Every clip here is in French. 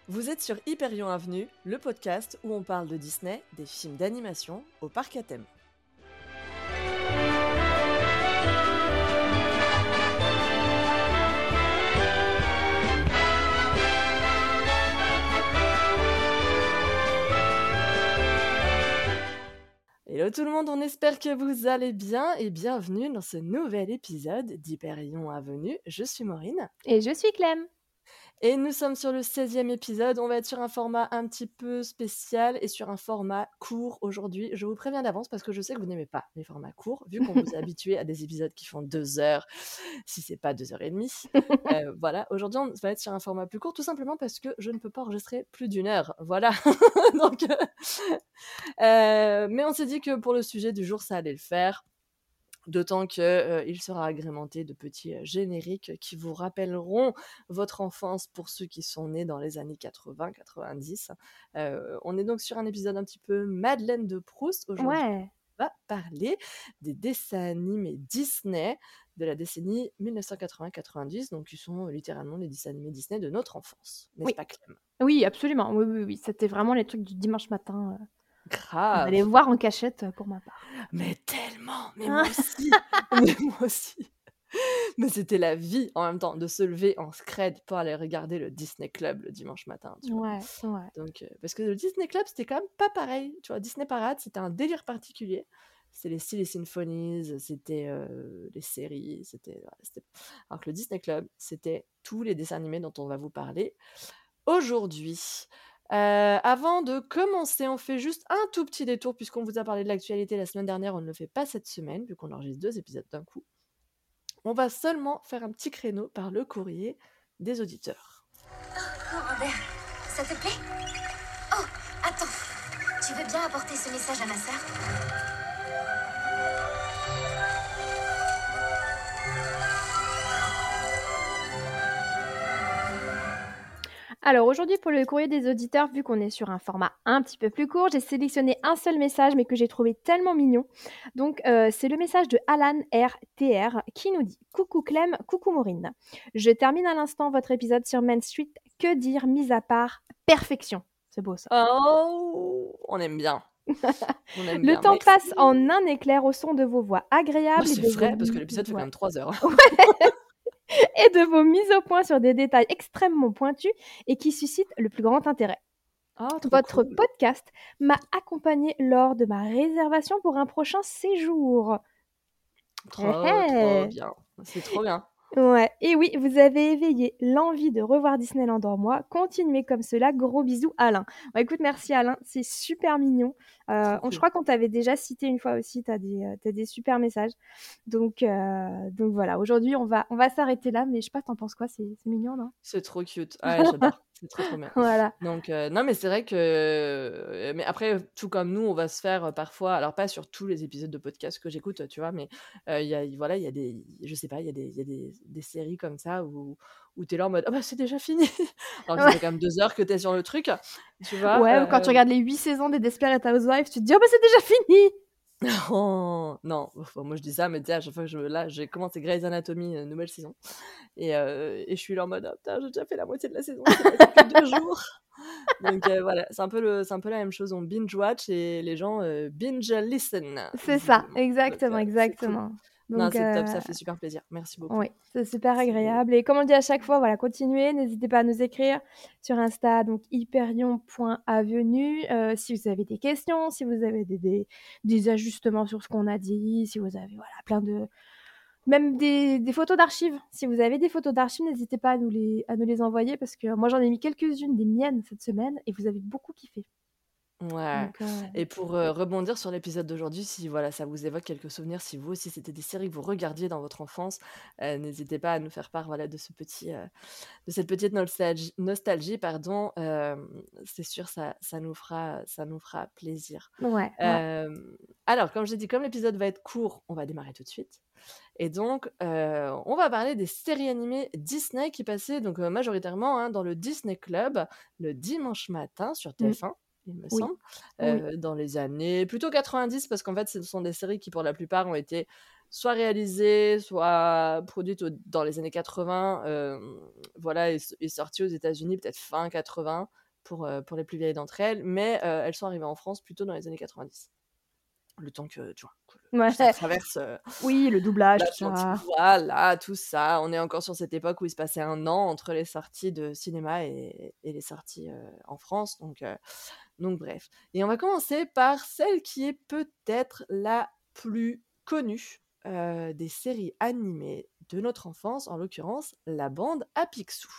Vous êtes sur Hyperion Avenue, le podcast où on parle de Disney, des films d'animation au parc à thème. Hello tout le monde, on espère que vous allez bien et bienvenue dans ce nouvel épisode d'Hyperion Avenue. Je suis Maureen. Et je suis Clem. Et nous sommes sur le 16e épisode, on va être sur un format un petit peu spécial et sur un format court aujourd'hui. Je vous préviens d'avance parce que je sais que vous n'aimez pas les formats courts, vu qu'on vous est habitué à des épisodes qui font 2 heures, si c'est pas 2h30. Voilà, aujourd'hui on va être sur un format plus court, tout simplement parce que je ne peux pas enregistrer plus d'1 heure. Voilà, donc... mais on s'est dit que pour le sujet du jour, ça allait le faire. D'autant qu'il sera agrémenté de petits génériques qui vous rappelleront votre enfance pour ceux qui sont nés dans les années 80-90. On est donc sur un épisode un petit peu Madeleine de Proust. Aujourd'hui, Ouais. on va parler des dessins animés Disney de la décennie 1980-90, donc qui sont littéralement les dessins animés Disney de notre enfance. N'est-ce Oui. pas, Clem ? Oui, absolument. Oui. C'était vraiment les trucs du dimanche matin. On Grave. allait voir en cachette pour ma part. Mais tellement. Mais moi aussi. Mais moi aussi. Mais c'était la vie en même temps de se lever en scred pour aller regarder le Disney Club le dimanche matin, tu vois. Ouais. Donc, parce que le Disney Club, c'était quand même pas pareil. Tu vois, Disney Parade, c'était un délire particulier. C'était les Silly Symphonies, c'était les séries, alors que le Disney Club, c'était tous les dessins animés dont on va vous parler aujourd'hui. Avant de commencer, on fait juste un tout petit détour puisqu'on vous a parlé de l'actualité la semaine dernière, on ne le fait pas cette semaine vu qu'on enregistre 2 épisodes d'un coup. On va seulement faire un petit créneau par le courrier des auditeurs. Oh, un verre. Ça te plaît? Oh, attends. Tu veux bien apporter ce message à ma sœur? Alors aujourd'hui pour le courrier des auditeurs, vu qu'on est sur un format un petit peu plus court, j'ai sélectionné un seul message mais que j'ai trouvé tellement mignon. Donc c'est le message de Alan RTR qui nous dit « Coucou Clem, coucou Maureen. Je termine à l'instant votre épisode sur Main Street. Que dire mis à part perfection ?» C'est beau ça. Oh, on aime bien. On aime bien. Le temps Merci. passe en un éclair au son de vos voix agréables. Oh, et c'est de vrai, vos parce que mi- l'épisode fait quand ouais. même 3 heures. Et de vos mises au point sur des détails extrêmement pointus et qui suscitent le plus grand intérêt. Ah, trop Votre cool. podcast m'a accompagné lors de ma réservation pour un prochain séjour. Trop bien. C'est trop bien. Ouais, et oui, vous avez éveillé l'envie de revoir Disneyland en moi. Continuez comme cela. Gros bisous, Alain. Bah, écoute, merci Alain, c'est super mignon. Trop Je cool. crois qu'on t'avait déjà cité une fois aussi. T'as des super messages. Donc voilà. Aujourd'hui, on va s'arrêter là. Mais je sais pas, t'en penses quoi? C'est mignon, non? C'est trop cute. Ouais, j'adore. C'est trop bien. Voilà. Donc, non, mais c'est vrai que. Mais après, tout comme nous, on va se faire parfois. Alors, pas sur tous les épisodes de podcast que j'écoute, tu vois, mais voilà, il y a des. Je sais pas, il y a des séries comme ça où t'es là en mode ah bah, c'est déjà fini. Alors que ça Ouais. fait quand même 2 heures que t'es sur le truc, tu vois. Ouais, ou quand tu regardes les 8 saisons des Desperate Housewives, tu te dis oh bah c'est déjà fini. Oh, non, enfin, moi je dis ça, mais tu sais, à chaque fois que là, j'ai commencé Grey's Anatomy, nouvelle saison, et je suis là en mode ah, putain, j'ai déjà fait la moitié de la saison, c'est passé que 2 jours. Donc voilà, c'est un peu la même chose, on binge watch et les gens binge listen. C'est ça, visiblement. exactement, Donc, c'est cool. exactement. Non, Donc c'est top, ça fait super plaisir. Merci beaucoup. oui, c'est super C'est- agréable. Et comme on dit à chaque fois, voilà, continuez, n'hésitez pas à nous écrire sur Insta, donc hyperion.avenue. Si vous avez des questions, si vous avez des ajustements sur ce qu'on a dit, si vous avez voilà, plein de... Même des photos d'archives. Si vous avez des photos d'archives, n'hésitez pas à nous les envoyer parce que moi, j'en ai mis quelques-unes des miennes cette semaine et vous avez beaucoup kiffé. Ouais. Donc, Et pour rebondir sur l'épisode d'aujourd'hui, si voilà, ça vous évoque quelques souvenirs, si vous aussi c'était des séries que vous regardiez dans votre enfance, n'hésitez pas à nous faire part voilà, de cette petite nostalgie, pardon. C'est sûr, ça nous fera plaisir. ouais. Alors, comme j'ai dit, comme l'épisode va être court, on va démarrer tout de suite. Et donc, on va parler des séries animées Disney qui passaient donc majoritairement dans le Disney Club le dimanche matin sur TF1. il me Oui, semble, oui. dans les années plutôt 90 parce qu'en fait, ce sont des séries qui, pour la plupart, ont été soit réalisées, soit produites dans les années 80, voilà, et sorties aux États-Unis peut-être fin 80 pour les plus vieilles d'entre elles, mais elles sont arrivées en France plutôt dans les années 90. Le temps que, tu vois, que ça Ouais. traverse Oui, le doublage, tout l'Atlantique, ça. voilà, tout ça. On est encore sur cette époque où il se passait un an entre les sorties de cinéma et les sorties en France. Donc bref. Et on va commencer par celle qui est peut-être la plus connue des séries animées de notre enfance, en l'occurrence la bande à Picsou.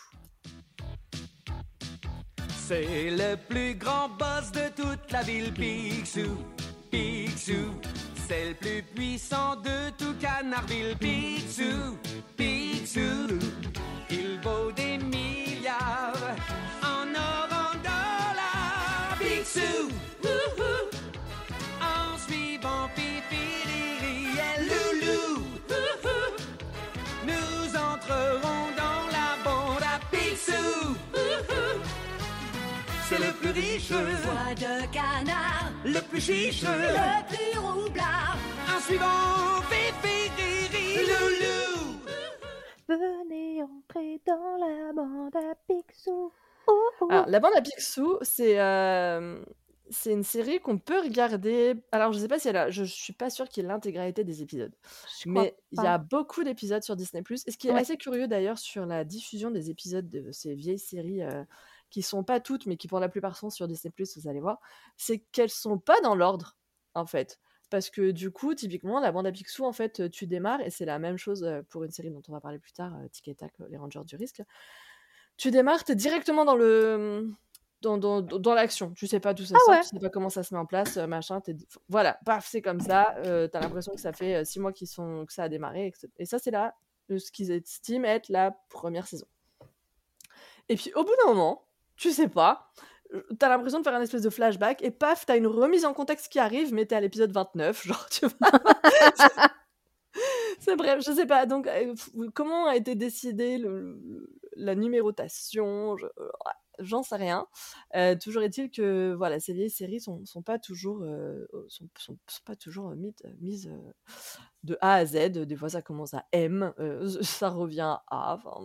C'est le plus grand boss de toute la ville, Picsou. Picsou, c'est le plus puissant de tout Canardville, Picsou. Picsou, il vaut des milliards en or, en dollars. Picsou, wouhou, en suivant Fifi, Riri et Loulou, wouhou, nous entrerons dans la bande à Picsou. Wouhou. C'est le plus riche, Voix de canard, le plus chiche, le plus roublard. en suivant Fifi, Riri, Loulou. Venez entrer dans la bande à Picsou. Oh, oh. Alors, la bande à Picsou, c'est une série qu'on peut regarder. Alors, je sais pas si je suis pas sûre qu'il y ait l'intégralité des épisodes, Je crois mais il y a pas. beaucoup d'épisodes sur Disney+. Et ce qui est Ouais. assez curieux d'ailleurs sur la diffusion des épisodes de ces vieilles séries, qui sont pas toutes, mais qui pour la plupart sont sur Disney+, vous allez voir, c'est qu'elles sont pas dans l'ordre, en fait. Parce que du coup, typiquement, la bande à Picsou, en fait, tu démarres, et c'est la même chose pour une série dont on va parler plus tard, Tic et Tac, les Rangers du Risque. Tu démarres, t'es directement dans l'action. Tu sais pas d'où ça Ah sort, ouais. tu sais pas comment ça se met en place, machin. Voilà, paf, c'est comme ça. T'as l'impression que ça fait 6 mois que ça a démarré. Et ça, c'est là ce qu'ils estiment être la première saison. Et puis, au bout d'un moment, tu sais pas, t'as l'impression de faire un espèce de flashback, et paf, t'as une remise en contexte qui arrive, mais t'es à l'épisode 29, genre, tu vois. C'est bref, je sais pas. Donc, comment a été décidée la numérotation, j'en sais rien. Toujours est-il que voilà, ces vieilles séries sont pas toujours sont pas toujours mises de A à Z. Des fois, ça commence à M, ça revient à A. Enfin,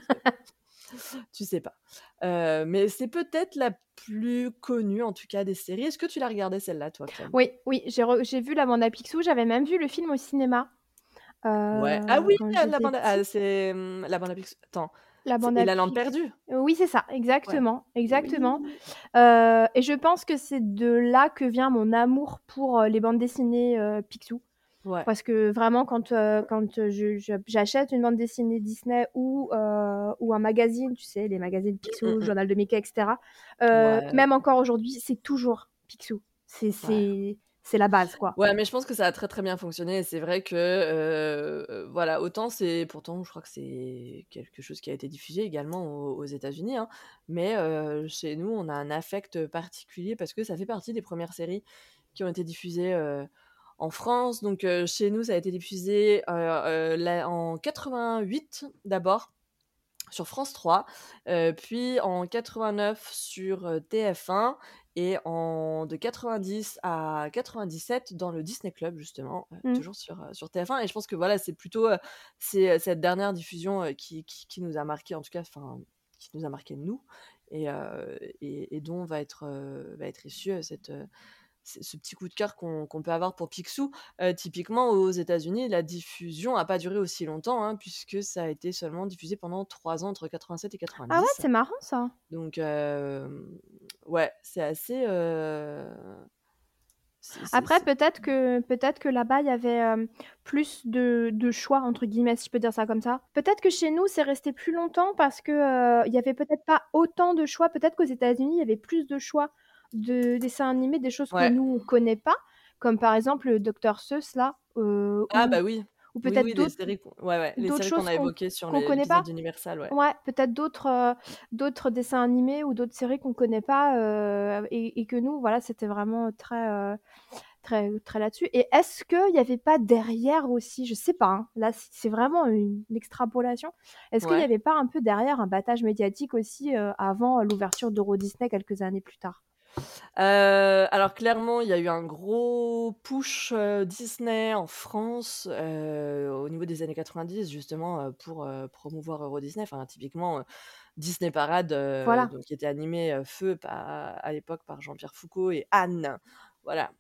tu sais pas. Mais c'est peut-être la plus connue, en tout cas, des séries. Est-ce que tu l'as regardée celle-là, toi, Clem? Oui, oui, j'ai vu la bande à Picsou, j'avais même vu le film au cinéma, Ouais. Ah oui, quand la j'étais bande petite. c'est la bande à Picsou. Attends, La c'est bande Et à la lampe Picsou. perdue? Oui, c'est ça, Ouais. exactement, exactement. Oui. Et je pense que c'est de là que vient mon amour pour les bandes dessinées Picsou. Ouais. Parce que vraiment, quand j'achète une bande dessinée Disney ou un magazine, tu sais, les magazines Picsou, Journal de Mickey, etc., Ouais, même encore aujourd'hui, c'est toujours Picsou. ouais. C'est la base, quoi. Ouais, mais je pense que ça a très, très bien fonctionné, et c'est vrai que, voilà, autant pourtant je crois que c'est quelque chose qui a été diffusé également aux États-Unis, hein, mais chez nous, on a un affect particulier parce que ça fait partie des premières séries qui ont été diffusées, en France. Donc chez nous, ça a été diffusé, en 88 d'abord, sur France 3, puis en 89 sur TF1, et de 90 à 97 dans le Disney Club, justement, Mmh. toujours sur TF1. Et je pense que voilà, c'est plutôt cette dernière diffusion qui nous a marqué, en tout cas, enfin, qui nous a marqué nous, et dont va être issu ce petit coup de cœur qu'on peut avoir pour Picsou. Typiquement, aux États-Unis, la diffusion n'a pas duré aussi longtemps, hein, puisque ça a été seulement diffusé pendant 3 ans, entre 87 et Ah ouais, 90. c'est marrant ça. Donc, ouais, c'est assez. Après, peut-être que là-bas, il y avait plus de choix, entre guillemets, si je peux dire ça comme ça. Peut-être que chez nous, c'est resté plus longtemps parce que il y avait peut-être pas autant de choix. Peut-être qu'aux États-Unis, il y avait plus de choix de dessins animés, des choses que Ouais. nous, on connaît pas, comme par exemple le Dr Seuss, là, Ah, bah oui. ou Oui, peut-être oui, les séries les d'autres séries qu'on choses a évoquées sur qu'on connaît l'épisode pas. d'Universal, ouais. Ouais, peut-être d'autres dessins animés ou d'autres séries qu'on connaît pas et que nous, voilà, c'était vraiment très, très, très là-dessus. Et est-ce qu'il n'y avait pas derrière aussi, je sais pas, hein, là c'est vraiment une extrapolation, est-ce qu'il n'y Ouais. avait pas un peu derrière un battage médiatique aussi avant l'ouverture d'Euro Disney quelques années plus tard? Alors clairement, il y a eu un gros push, Disney en France, au niveau des années 90 justement, pour, promouvoir Euro Disney. Enfin typiquement, Disney Parade, Voilà, donc qui était animé, feu à l'époque par Jean-Pierre Foucault et Anne. Voilà,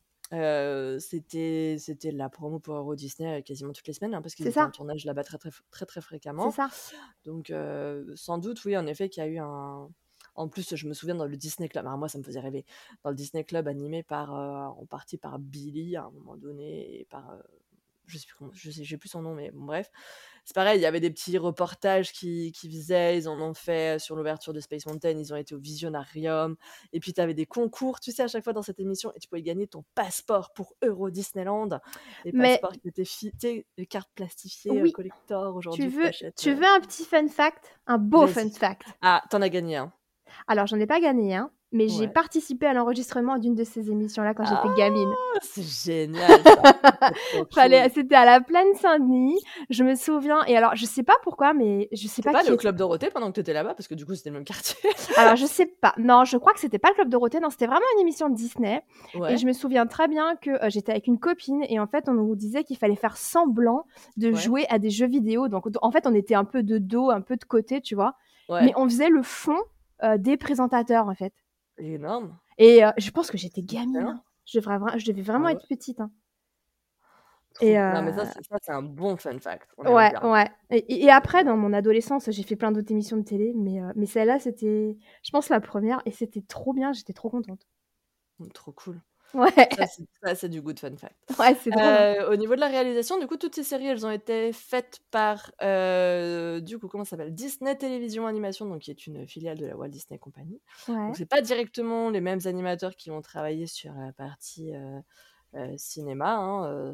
c'était la promo pour Euro Disney, quasiment toutes les semaines, hein, parce qu'ils c'est étaient en ça, tournage là-bas très c'est fréquemment. ça. Donc sans doute, oui, en effet, qu'il y a eu en plus, je me souviens dans le Disney Club, alors moi ça me faisait rêver, dans le Disney Club animé en partie par Billy à un moment donné et par, je sais plus comment, j'ai plus son nom, mais bon, bref. C'est pareil, il y avait des petits reportages qui faisaient, ils en ont fait sur l'ouverture de Space Mountain, ils ont été au Visionarium, et puis tu avais des concours, tu sais, à chaque fois dans cette émission, et tu pouvais gagner ton passeport pour Euro Disneyland. Les Mais passeports qui étaient fités, les cartes plastifiées, oui, collector, tu aujourd'hui que veux t'achètes. tu veux un petit fun fact? Un beau fun Vas-y. fact. Ah, t'en as gagné un. Alors j'en ai pas gagné un, mais j'ai Ouais. participé à l'enregistrement d'une de ces émissions-là quand Ah! j'étais gamine. C'est génial ça. C'est trop cool. C'était à la Plaine Saint-Denis, je me souviens et alors je sais pas pourquoi, mais je sais Tu pas pas allé qui au est Club Dorothée pendant que t'étais là-bas? Parce que du coup, c'était le même quartier. alors je sais pas. Non, je crois que c'était pas le Club Dorothée, non, c'était vraiment une émission de Disney et Ouais, je me souviens très bien que, j'étais avec une copine et en fait, on nous disait qu'il fallait faire semblant de ouais, jouer à des jeux vidéo donc en fait, on était un peu de dos, un peu de côté, tu vois? Mais ouais. on faisait le fond, des présentateurs, en fait Énorme. et je pense que j'étais gamine, Excellent. hein. Je devais vraiment Ah ouais, être petite, hein trop et cool. Non, mais ça, c'est un bon fun fact. On aime ouais, bien. ouais et après dans mon adolescence, j'ai fait plein d'autres émissions de télé mais celle-là, c'était, je pense, la première et c'était trop bien, j'étais trop contente. Trop cool. Ouais, Ça, c'est du good fun fact. ouais, c'est drôle, hein. Au niveau de la réalisation, du coup, toutes ces séries, elles ont été faites par, du coup, comment ça s'appelle? Disney Télévision Animation, donc qui est une filiale de la Walt Disney Company. Ouais, Donc c'est pas directement les mêmes animateurs qui vont travailler sur la partie, cinéma, hein,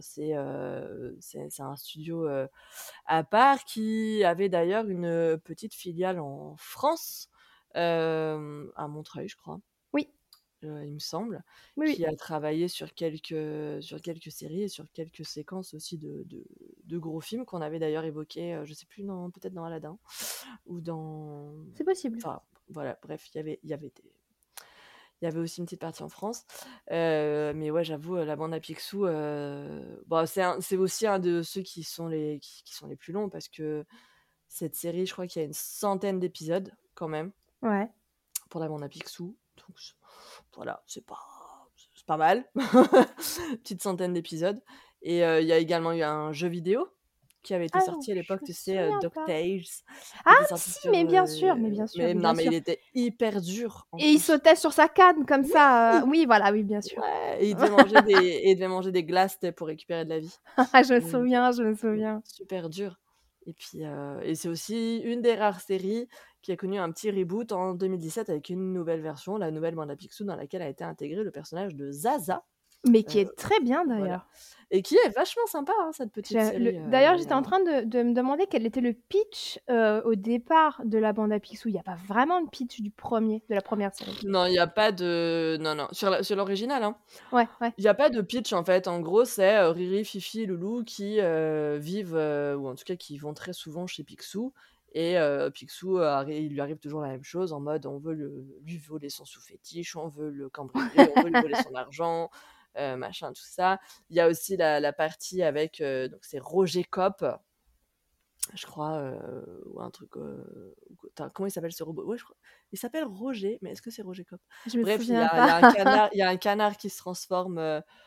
c'est un studio, à part qui avait d'ailleurs une petite filiale en France, à Montreuil, je crois. oui, Il me semble, oui, oui. qui a travaillé sur quelques séries et sur quelques séquences aussi de gros films qu'on avait d'ailleurs évoqués, je sais plus, peut-être dans Aladdin ou dans, C'est possible. enfin, voilà, bref, il y avait aussi une petite partie en France, mais ouais, j'avoue, la bande à Picsou, bah, c'est aussi un de ceux qui sont les plus longs parce que cette série, je crois qu'il y a une centaine d'épisodes quand même Ouais. pour la bande à Picsou, donc voilà, c'est pas mal. Petite centaine d'épisodes et il y a également eu un jeu vidéo qui avait été Ah, sorti à je l'époque, me tu sais, souviens pas. DuckTales, Ah qui était sorti si, sur, mais bien sûr, mais mais non, bien mais il sûr était hyper dur en et il plus. sautait sur sa canne comme ça, Oui! oui, voilà, oui, bien sûr. Ouais, et il devait manger des glaces, tu sais, pour récupérer de la vie. Je me Donc souviens, je me souviens. super dur et puis, et c'est aussi une des rares séries qui a connu un petit reboot en 2017 avec une nouvelle version, la nouvelle bande à Picsou, dans laquelle a été intégré le personnage de Zaza. Mais qui Heu, est très bien voilà, d'ailleurs. et qui est vachement sympa, hein, cette petite série, D'ailleurs, j'étais en hein. train de me demander quel était le pitch, au départ de la bande à Picsou. Il y a pas vraiment de pitch de la première série? Non, il y a pas de non, non, sur l'original, hein. Ouais, ouais. Il y a pas de pitch, en fait. En gros, c'est, Riri, Fifi et Loulou qui, vivent, ou en tout cas qui vont très souvent chez Picsou et Picsou, il lui arrive toujours la même chose en mode on veut lui voler son sous-fétiche, on veut le cambrioler, on veut lui voler son argent, machin, tout ça. Il y a aussi la partie avec, donc c'est Roger Cop, je crois, ou un truc, comment il s'appelle ce robot? Ouais, je crois il s'appelle Roger, mais est-ce que c'est Roger Cop? Je me Bref, il y souviens a il y pas. a un canard il y a un canard qui se transforme,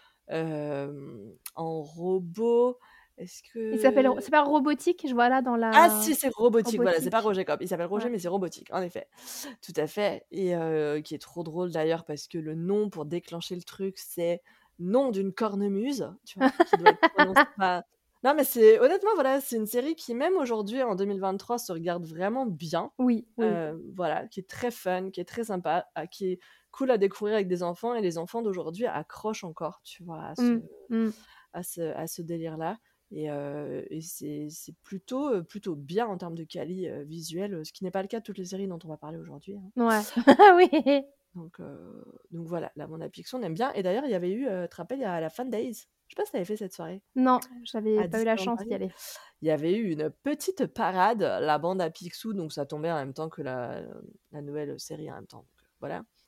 en robot. Est-ce que C'est pas Robotique? Je vois là dans ah la si, c'est Robotique, voilà, c'est pas Robotique. Roger Cop. Il s'appelle Roger, Ouais. mais c'est Robotique, en effet. Tout à fait et qui est trop drôle d'ailleurs parce que le nom pour déclencher le truc, c'est nom d'une cornemuse, tu vois? Qui doit être prononcé pas non mais c'est honnêtement, voilà, c'est une série qui même aujourd'hui en 2023 se regarde vraiment bien. Oui, oui. Voilà, qui est très fun, qui est très sympa, qui est cool à découvrir avec des enfants et les enfants d'aujourd'hui accrochent encore, tu vois, à ce Mmh. Mmh. à ce à ce délire-là et c'est plutôt bien en termes de quali, visuel, ce qui n'est pas le cas de toutes les séries dont on va parler aujourd'hui, hein. Ouais. Oui. Donc voilà, la bande à Picsou, on aime bien et d'ailleurs, il y avait eu, tu te rappelles, il y a la Fan Days, je sais pas si tu avais fait cette soirée Non, j'avais à pas eu la Disneyland chance d'y Paris? aller. Il y avait eu une petite parade, la bande à Picsou, donc ça tombait en même temps que la nouvelle série en même temps, donc voilà.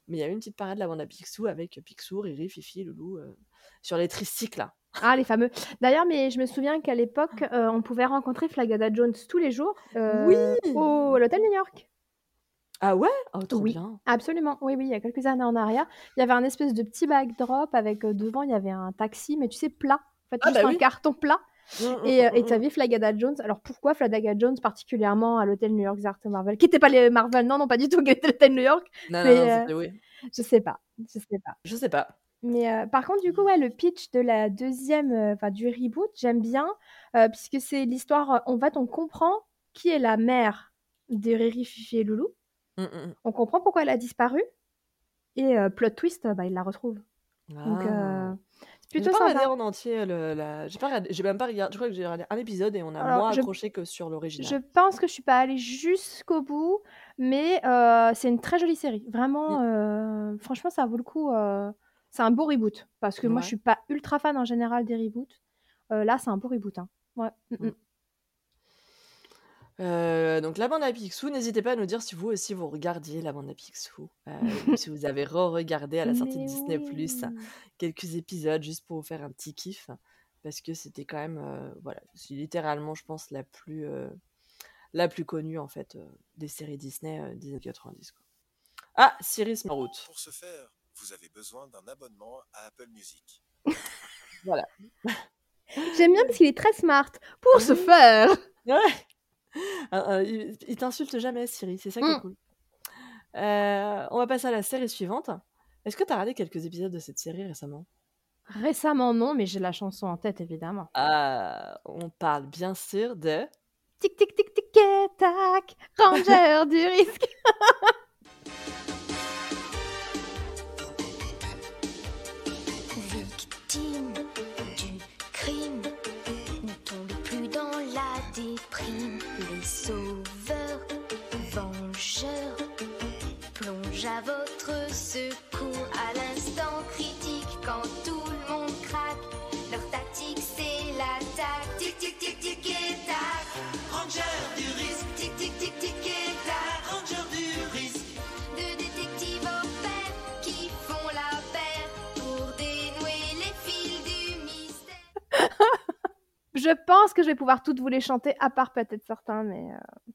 mais il y a eu une petite parade de la bande à Picsou avec Picsou, Riri, Fifi, Loulou sur les tricycles là. Ah, les fameux. D'ailleurs, mais je me souviens qu'à l'époque, on pouvait rencontrer Flagada Jones tous les jours Oui. à l'hôtel New York. Ah ouais? Oh, trop Oui, bien. absolument. Oui, il y a quelques années en arrière. Il y avait un espèce de petit backdrop avec devant, il y avait un taxi, mais tu sais, plat. En fait, Ah juste bah un oui. carton plat. Et tu avais Flagada Jones. Alors pourquoi Flagada Jones particulièrement à l'hôtel New York Art Marvel? Qui n'était pas les Marvel, non, pas du tout, qui était l'hôtel New York. Non, Mais c'était oui. je sais pas. Je sais pas. Mais par contre, du coup, ouais, le pitch de la deuxième, enfin du reboot, j'aime bien, puisque c'est l'histoire. En fait, on comprend qui est la mère de Riri, Fifi et Loulou. On comprend pourquoi elle a disparu. Et plot twist, il la retrouve. Donc, Ah. c'est J'ai plutôt pas regardé sympa. en entier j'ai même pas regardé. Je crois que j'ai regardé un épisode et on a Alors, moins je accroché que sur je l'original. pense que je suis pas allée jusqu'au bout, mais c'est une très jolie série. Vraiment, franchement, ça vaut le coup. C'est un beau reboot parce que moi, je Ouais. suis pas ultra fan en général des reboots. Là, c'est un beau reboot, hein. Ouais. Donc la bande à Picsou, n'hésitez pas à nous dire si vous aussi vous regardiez la bande à Picsou, ou si vous avez re-regardé à la sortie de Mais Disney+, oui. quelques épisodes juste pour vous faire un petit kiff, parce que c'était quand même, voilà, c'est littéralement, je pense, la plus connue en fait des séries Disney des années 90, quoi. Ah, Cyrus Maroute. Pour ce faire, vous avez besoin d'un abonnement à Apple Music. Voilà. J'aime bien parce qu'il est très smart. Pour ce faire. Ouais. Il t'insulte jamais, Siri, c'est ça qui est cool. On va passer à la série suivante. Est-ce que tu as regardé quelques épisodes de cette série récemment? Récemment, non, mais j'ai la chanson en tête, évidemment. On parle bien sûr de... Tic, tic, tic, tic, et tac, Ranger du risque. Victime du crime, ne tombe plus dans la déprime. Les sauveurs, vengeurs, plongent à votre secours à l'instant critique quand tout le monde craque. Leur tactique c'est l'attaque. Tic tic tic tic et tac. Ranger du risque. Tic tic tic tic et tac. Ranger du risque. De détectives au pair qui font la paire pour dénouer les fils du mystère. Je pense que je vais pouvoir toutes vous les chanter, à part peut-être certains, mais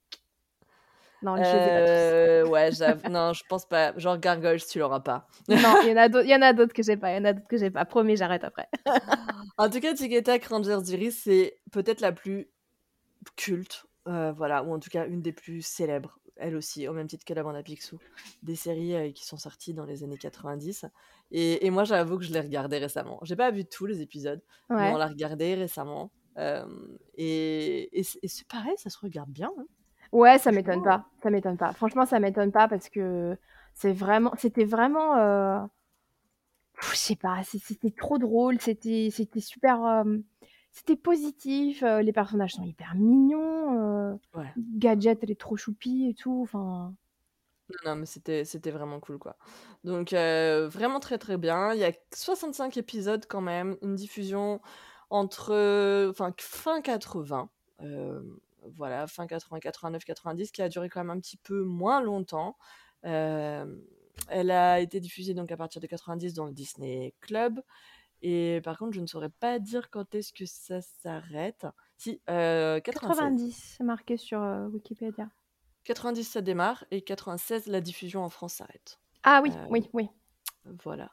non, je les ai pas tous. Ouais, non, je pense pas. Genre Gargoyles, tu l'auras pas. Non, il y en a d'autres que j'ai pas. Promis, j'arrête après. En tout cas, Tic et Tac Rangers du risque, c'est peut-être la plus culte, voilà, ou en tout cas une des plus célèbres, elle aussi, au même titre que la bande à Picsou, des séries qui sont sorties dans les années 90. Et moi, j'avoue que je l'ai regardé récemment. J'ai pas vu tous les épisodes, mais on Ouais. l'a regardé récemment. Et c'est pareil, ça se regarde bien, hein. Ouais, ça m'étonne pas. Ça m'étonne pas. Franchement, ça m'étonne pas parce que c'était vraiment, je sais pas, c'était trop drôle, c'était super, c'était positif, les personnages sont hyper mignons, Ouais. Gadget, elle est trop choupie et tout, enfin. Non, mais c'était vraiment cool, quoi. Donc, vraiment très très bien. Il y a 65 épisodes quand même, une diffusion entre fin 80, voilà, fin 80, 89, 90, qui a duré quand même un petit peu moins longtemps. Elle a été diffusée donc à partir de 90 dans le Disney Club. Et par contre, je ne saurais pas dire quand est-ce que ça s'arrête. Si, 96. 90, c'est marqué sur Wikipédia. 90, ça démarre, et 96, la diffusion en France s'arrête. Ah oui, oui. Voilà.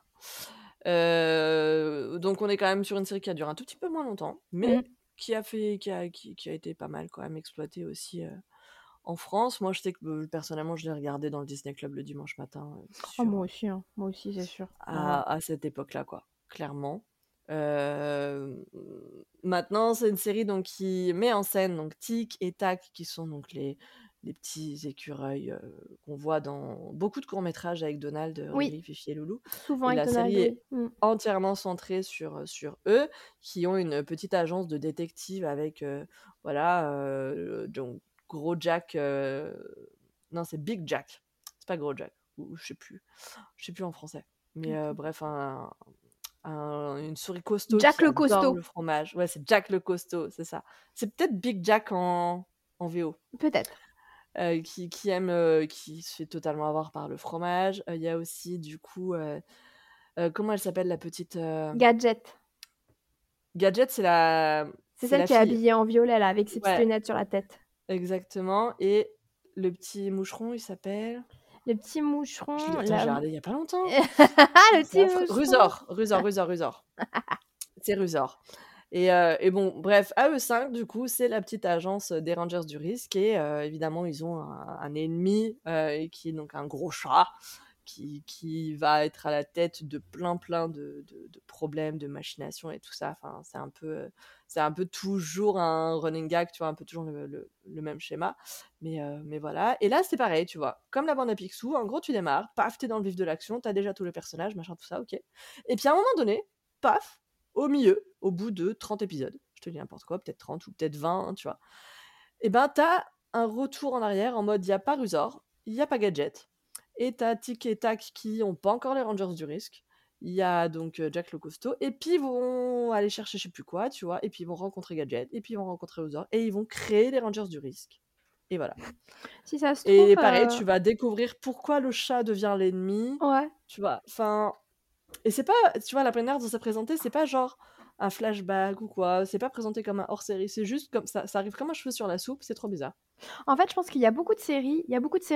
Donc on est quand même sur une série qui a duré un tout petit peu moins longtemps, mais qui a été pas mal quand même exploitée aussi en France. Moi, je sais que personnellement, je l'ai regardé dans le Disney Club le dimanche matin Oh, moi aussi, c'est sûr. à cette époque-là, quoi, clairement. Maintenant, c'est une série donc qui met en scène donc Tic et Tac, qui sont donc les petits écureuils qu'on voit dans beaucoup de courts-métrages avec Donald, Oui. Riri, Fifi et Loulou. Souvent Et avec la Donald, série est oui. entièrement centrée sur eux, qui ont une petite agence de détectives avec, voilà, donc Gros Jack, non, c'est Big Jack, c'est pas Gros Jack, ou je sais plus en français. Mais bref, une souris costaud Jack qui le adore costaud. le fromage. Ouais, c'est Jack le costaud, c'est ça. C'est peut-être Big Jack en VO. Peut-être. qui se fait totalement avoir par le fromage. Il y a aussi, du coup, comment elle s'appelle, la petite Gadget. Gadget, C'est c'est celle la qui est fille. habillée en violet, là, avec ses petites Ouais, lunettes sur la tête. exactement. Et le petit moucheron, il s'appelle. Le petit moucheron, Attends, j'ai regardé il y a pas longtemps. le C'est petit affreux. moucheron. Rusor. C'est Rusor. Et bon, bref, AE5, du coup, c'est la petite agence des Rangers du risque. Et évidemment, ils ont un ennemi qui est donc un gros chat qui va être à la tête de plein de problèmes, de machinations et tout ça. Enfin, c'est un peu toujours un running gag, tu vois, un peu toujours le même schéma. Mais voilà. Et là, c'est pareil, tu vois. Comme la bande à Picsou, en gros, tu démarres, paf, t'es dans le vif de l'action, t'as déjà tous les personnages, machin, tout ça, ok. Et puis à un moment donné, paf, au milieu, au bout de 30 épisodes, je te dis n'importe quoi, peut-être 30 ou peut-être 20, hein, tu vois, et ben t'as un retour en arrière en mode il n'y a pas Rusor, il n'y a pas Gadget, et t'as Tic et Tac qui ont pas encore les Rangers du risque, il y a donc Jack le costaud, et puis ils vont aller chercher je sais plus quoi, tu vois, et puis ils vont rencontrer Gadget, et puis ils vont rencontrer Rusor, et ils vont créer les Rangers du risque. Et voilà. Si ça se Et trouve... pareil, tu vas découvrir pourquoi le chat devient l'ennemi, Ouais. tu vois, enfin... Et c'est pas, tu vois, la manière dont c'est présenté, c'est pas genre un flashback ou quoi, c'est pas présenté comme un hors-série, c'est juste comme ça arrive comme un cheveu sur la soupe, c'est trop bizarre. En fait, je pense qu'il y a beaucoup de séries,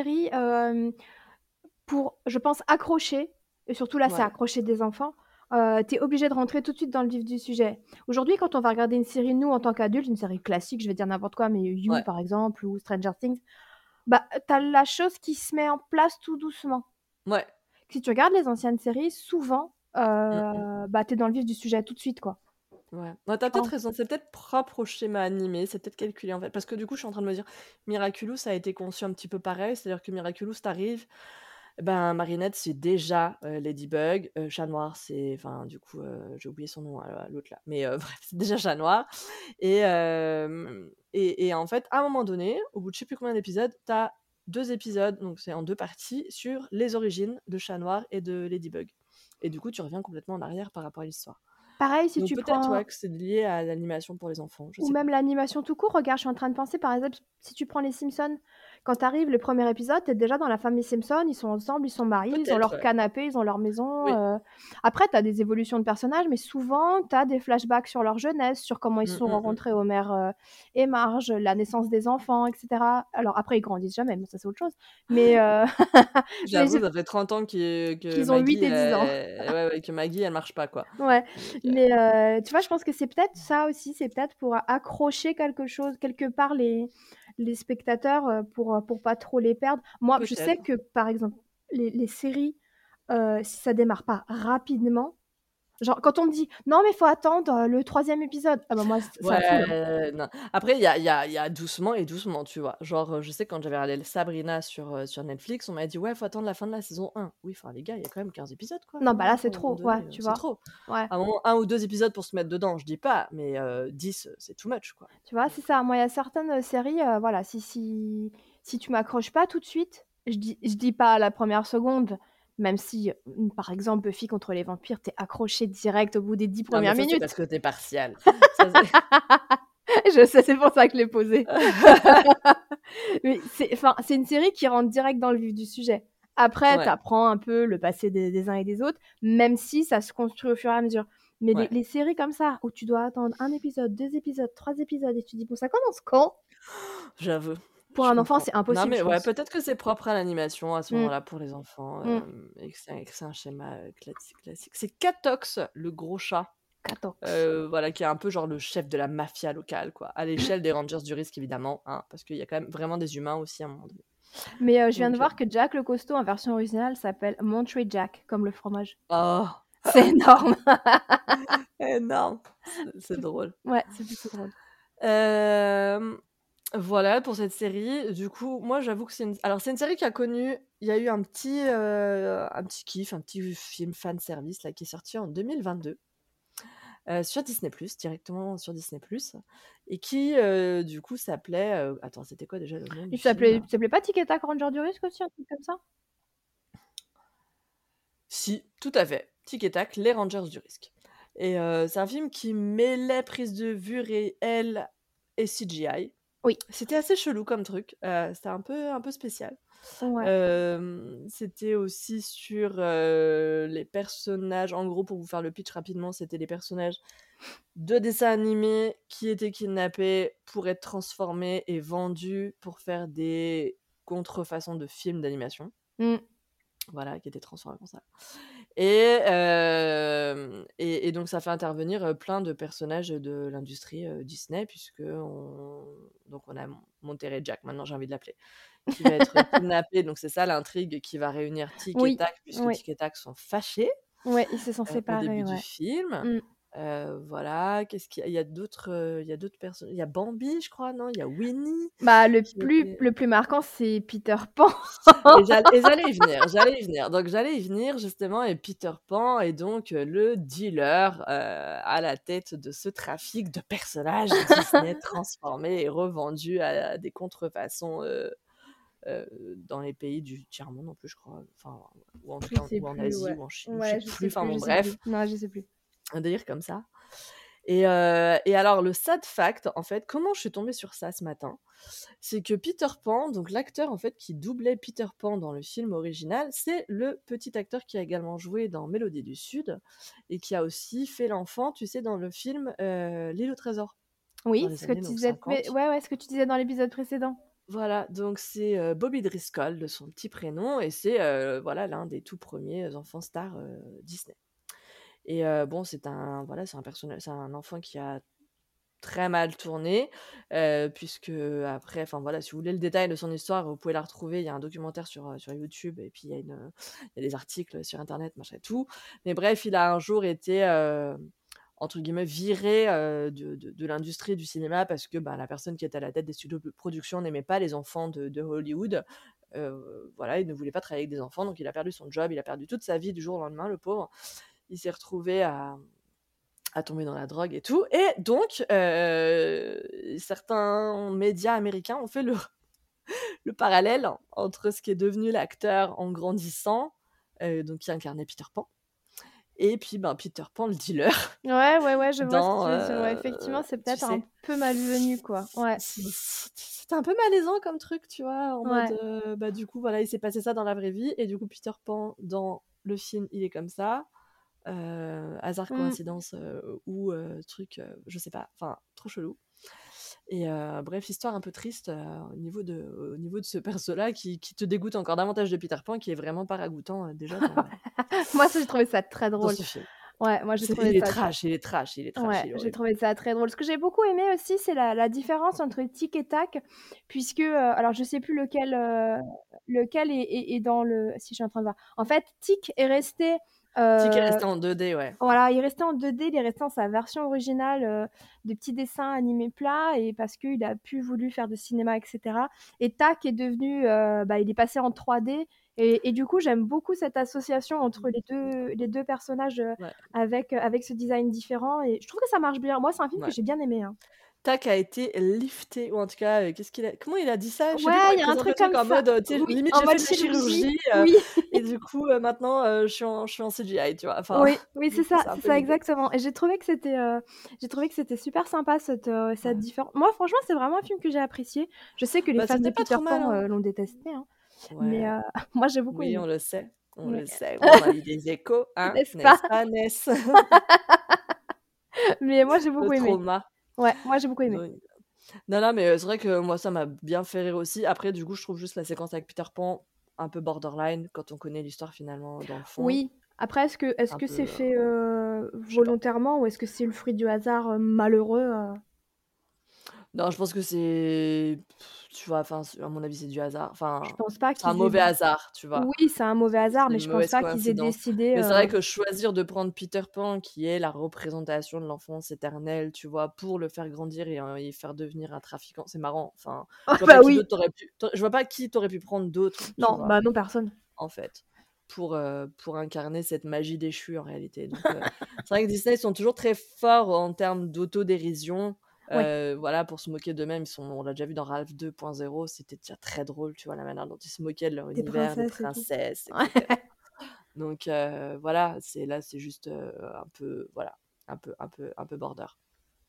pour, je pense, accrocher, et surtout là, c'est Ouais, accrocher des enfants. T'es obligé de rentrer tout de suite dans le vif du sujet. Aujourd'hui, quand on va regarder une série, nous, en tant qu'adultes, une série classique, je vais dire n'importe quoi, mais You, ouais, par exemple, ou Stranger Things, bah, t'as la chose qui se met en place tout doucement. ouais. Si tu regardes les anciennes séries, souvent, Mm, bah, t'es dans le vif du sujet tout de suite, quoi. ouais. Ouais, t'as peut-être Oh. raison, c'est peut-être propre au schéma animé, c'est peut-être calculé en fait. Parce que du coup, je suis en train de me dire, Miraculous a été conçu un petit peu pareil, c'est-à-dire que Miraculous, t'arrives, ben Marinette, c'est déjà Ladybug, Chat Noir, c'est. Enfin, du coup, j'ai oublié son nom, l'autre là. Mais bref, c'est déjà Chat Noir. Et en fait, à un moment donné, au bout de je sais plus combien d'épisodes, t'as 2 épisodes, donc c'est en 2 parties, sur les origines de Chat Noir et de Ladybug. Et du coup, tu reviens complètement en arrière par rapport à l'histoire. Pareil, si Donc tu peut-être, prends... ouais, que c'est lié à l'animation pour les enfants, je Ou sais pas. même l'animation tout court. Regarde, je suis en train de penser, par exemple, si tu prends les Simpsons, quand t'arrives le premier épisode, t'es déjà dans la famille Simpson, ils sont ensemble, ils sont mariés, ils ont Peut-être, leur ouais. canapé, ils ont leur maison. Oui. Après, t'as des évolutions de personnages, mais souvent, t'as des flashbacks sur leur jeunesse, sur comment ils se Mmh, sont mmh, mmh. rencontrés, Homer et Marge, la naissance des enfants, etc. Alors après, ils grandissent jamais, mais ça c'est autre chose. Mais, mais J'avoue, ça fait 30 ans que qu'ils ont 8 Maggie, et 10 ans. ouais, que Maggie, elle marche pas, quoi. Ouais, Donc mais tu vois, je pense que c'est peut-être ça aussi, c'est peut-être pour accrocher quelque chose, quelque part les spectateurs, pour pas trop les perdre. Moi, je sais peut-être. que, par exemple, les séries, si ça démarre pas rapidement, genre quand on me dit: «Non, mais faut attendre, le 3e épisode», ah bah moi ça me saoule, hein. Ouais, non. Après, il y a doucement et doucement, tu vois? Genre, je sais quand j'avais regardé Sabrina sur Netflix, on m'avait dit: «Ouais, faut attendre la fin de la saison 1». Oui, enfin les gars, il y a quand même 15 épisodes, quoi. Non, bah là, Enfin, c'est à un moment trop, ouais, donné, tu c'est vois? trop. Ouais, À un moment, 1 ou 2 épisodes pour se mettre dedans, je dis pas, mais 10, c'est too much, quoi. tu vois? Donc C'est ça. Moi, il y a certaines, séries, voilà, si tu m'accroches pas tout de suite, je dis pas à la première seconde, même si, par exemple, Buffy contre les vampires, tu es accroché direct au bout des 10 non, mais premières ça, c'est minutes. parce que tu partial. Ça, c'est Je sais, c'est pour ça que je l'ai posé. Mais c'est une série qui rentre direct dans le vif du sujet. Après, tu Ouais, apprends un peu le passé des uns et des autres, même si ça se construit au fur et à mesure. Mais les ouais. les séries comme ça, où tu dois attendre 1 épisode, 2 épisodes, 3 épisodes et tu te dis: «Bon, ça commence quand?» J'avoue, Pour je un enfant, comprends. c'est Non, impossible, mais je ouais, pense. peut-être que c'est propre à l'animation à ce Mmh, moment-là pour les enfants, mmh. et que c'est un schéma, classique. C'est Catox, le gros chat, Catox. voilà, qui est un peu genre le chef de la mafia locale, quoi. À l'échelle des Rangers du risque, évidemment, hein, parce qu'il y a quand même vraiment des humains aussi à un moment donné. Mais je viens de Donc voir que Jack le costaud en version originale s'appelle Monterey Jack, comme le fromage. oh! C'est énorme. Énorme! C'est drôle. Ouais, c'est plutôt drôle. Voilà pour cette série. Du coup, moi, j'avoue que c'est une série qui a connu il y a eu un petit kiff, un petit film fan service là qui est sorti en 2022, sur Disney+, directement sur Disney+, et qui, du coup s'appelait, attends, c'était quoi déjà le nom du film? Il s'appelait pas Tic et Tac Ranger du risque aussi, un truc comme ça? Si, tout à fait, Tic et Tac, les Rangers du risque. Et c'est un film qui mêlait prise de vue réelle et CGI. Oui. C'était assez chelou comme truc, c'était un peu spécial. Ouais. C'était aussi sur, les personnages en gros, pour vous faire le pitch rapidement, c'était les personnages de dessins animés qui étaient kidnappés pour être transformés et vendus pour faire des contrefaçons de films d'animation. Mmh. Voilà, qui étaient transformés comme ça. Et donc ça fait intervenir, plein de personnages de l'industrie, Disney donc on a Monterey Jack, maintenant j'ai envie de l'appeler, qui va être kidnappé, donc c'est ça l'intrigue qui va réunir Tic et Oui, Tac, puisque oui. Tic et Tac sont fâchés, Ouais, ils se sont au début séparés, du ouais. film. Mmh. Voilà, qu'est-ce qu'il y a? Il y a d'autres personnes, il y a Bambi, je crois, non? Il y a Winnie Bah, qui était le plus marquant, c'est Peter Pan. et j'allais y venir. Donc j'allais y venir justement, et Peter Pan est donc, le dealer, à la tête de ce trafic de personnages Disney transformés et revendus à des contrefaçons, dans les pays du tiers-monde en plus, je crois, enfin, ou en tout Je cas, sais ou en plus, Asie ouais. ou en Chine, ou je sais Ouais, plus, enfin je bon sais plus. bref, Non, je sais plus. un délire comme ça. Et alors le sad fact, en fait, comment je suis tombée sur ça ce matin? C'est que Peter Pan, donc l'acteur en fait qui doublait Peter Pan dans le film original, c'est le petit acteur qui a également joué dans Mélodie du Sud et qui a aussi fait l'enfant, tu sais, dans le film, L'Île au trésor, dans Oui, les ce que années tu donc disais, mais 50. ouais, ouais, ce que tu disais dans l'épisode précédent. Voilà, donc c'est, Bobby Driscoll de son petit prénom, et c'est, voilà, l'un des tout premiers enfants stars, Disney. Et bon, c'est un personnage, c'est un enfant qui a très mal tourné, puisque après, enfin voilà, si vous voulez le détail de son histoire, vous pouvez la retrouver. Il y a un documentaire sur YouTube, et puis il y a des articles sur internet, machin et tout. Mais bref, il a un jour été, entre guillemets, «viré», de l'industrie du cinéma, parce que, bah, la personne qui était à la tête des studios de production n'aimait pas les enfants de Hollywood. Voilà, il ne voulait pas travailler avec des enfants, donc il a perdu son job, il a perdu toute sa vie du jour au lendemain, le pauvre. Il s'est retrouvé à tomber dans la drogue et tout. Et donc, certains médias américains ont fait le parallèle entre ce qui est devenu l'acteur en grandissant, donc qui incarnait Peter Pan, et puis, ben, Peter Pan le dealer Ouais, ouais, ouais, je vois ce que dans, tu veux dire. Ouais, effectivement, c'est tu peut-être un sais? peu malvenu, quoi. Ouais, C'était un peu malaisant comme truc, tu vois? En mode, ouais. bah, du coup, voilà, il s'est passé ça dans la vraie vie, et du coup, Peter Pan dans le film, il est comme ça. Hasard, Mmh. coïncidence, ou truc, je sais pas, enfin, trop chelou. Et bref, histoire un peu triste, au niveau de ce perso-là, qui te dégoûte encore davantage de Peter Pan, qui est vraiment pas ragoûtant, déjà Moi, ça, j'ai trouvé ça très dans drôle. ce film. Ouais, moi, j'ai trouvé Il est ça trash, il est trash, il est trash, ouais, il est j'ai horrible. trouvé ça très drôle. Ce que j'ai beaucoup aimé aussi, c'est la différence entre Tic et Tac, puisque, alors je sais plus lequel est dans le si je suis en train de voir. En fait, Tic est resté, Tic est heu resté en 2D, ouais. voilà, il est resté en 2D, il est resté en sa version originale, de petits dessins animés plats, et parce qu'il a plus voulu faire de cinéma et cetera, et Tac est devenu, bah, il est passé en 3D, et du coup, j'aime beaucoup cette association entre les deux personnages, Ouais, avec ce design différent, et je trouve que ça marche bien. Moi, c'est un film que ouais. j'ai bien aimé, hein. Tac a été lifté, ou en tout cas, comment il a dit ça? Je sais plus comment Ouais, il il y a un présente le truc truc, comme en ça. mode, tu sais, Oui, limite en j'ai fait mode de la chirurgie. chirurgie, Oui. et du coup, maintenant, je suis en CGI, tu vois? Enfin, Oui, oui, du coup, c'est un c'est peu ça l'idée. exactement, et j'ai trouvé que c'était super sympa cette Ouais. différence. Moi, franchement, c'est vraiment un film que j'ai apprécié. Je sais que les Bah, fans de c'était pas Peter trop mal, Pan, hein. l'ont détesté, hein, mais Ouais. moi, j'ai beaucoup Oui, aimé. on Ouais. le sait, on a eu des échos, hein, N'est-ce pas? n'est-ce pas, Ness? Mais moi, j'ai Le beaucoup aimé. trauma. Ouais, moi, j'ai beaucoup aimé. Donc non, non, mais c'est vrai que moi, ça m'a bien fait rire aussi. Après, du coup, je trouve juste la séquence avec Peter Pan un peu borderline quand on connaît l'histoire finalement dans le fond. Oui, après, est-ce Un que c'est peu, fait, je sais pas. volontairement, ou est-ce que c'est le fruit du hasard, malheureux, Non, je pense que c'est tu vois, enfin, à mon avis, c'est du hasard. Je Enfin, pense pas c'est un qu'ils aient mauvais hasard, tu vois? oui, c'est un mauvais hasard, C'est mais une je pense mauvaise pas qu'ils aient coïncidence. décidé, Mais c'est vrai que choisir de prendre Peter Pan, qui est la représentation de l'enfance éternelle, tu vois, pour le faire grandir et faire devenir un trafiquant, c'est marrant. Enfin, je vois pas bah qui oui. d'autre je vois pas qui tu pu prendre d'autre, tu Non, vois, bah non, personne. en fait, pour incarner cette magie déchue, en réalité. Donc, c'est vrai que Disney, ils sont toujours très forts en termes d'autodérision. Ouais, Voilà, pour se moquer d'eux-mêmes, on l'a déjà vu dans Ralph 2.0, c'était déjà très drôle, tu vois, la manière dont ils se moquaient de leur des univers, des princesses et tout. princesses, et Ouais. cetera. Donc, voilà, c'est juste, un peu, voilà, un peu border.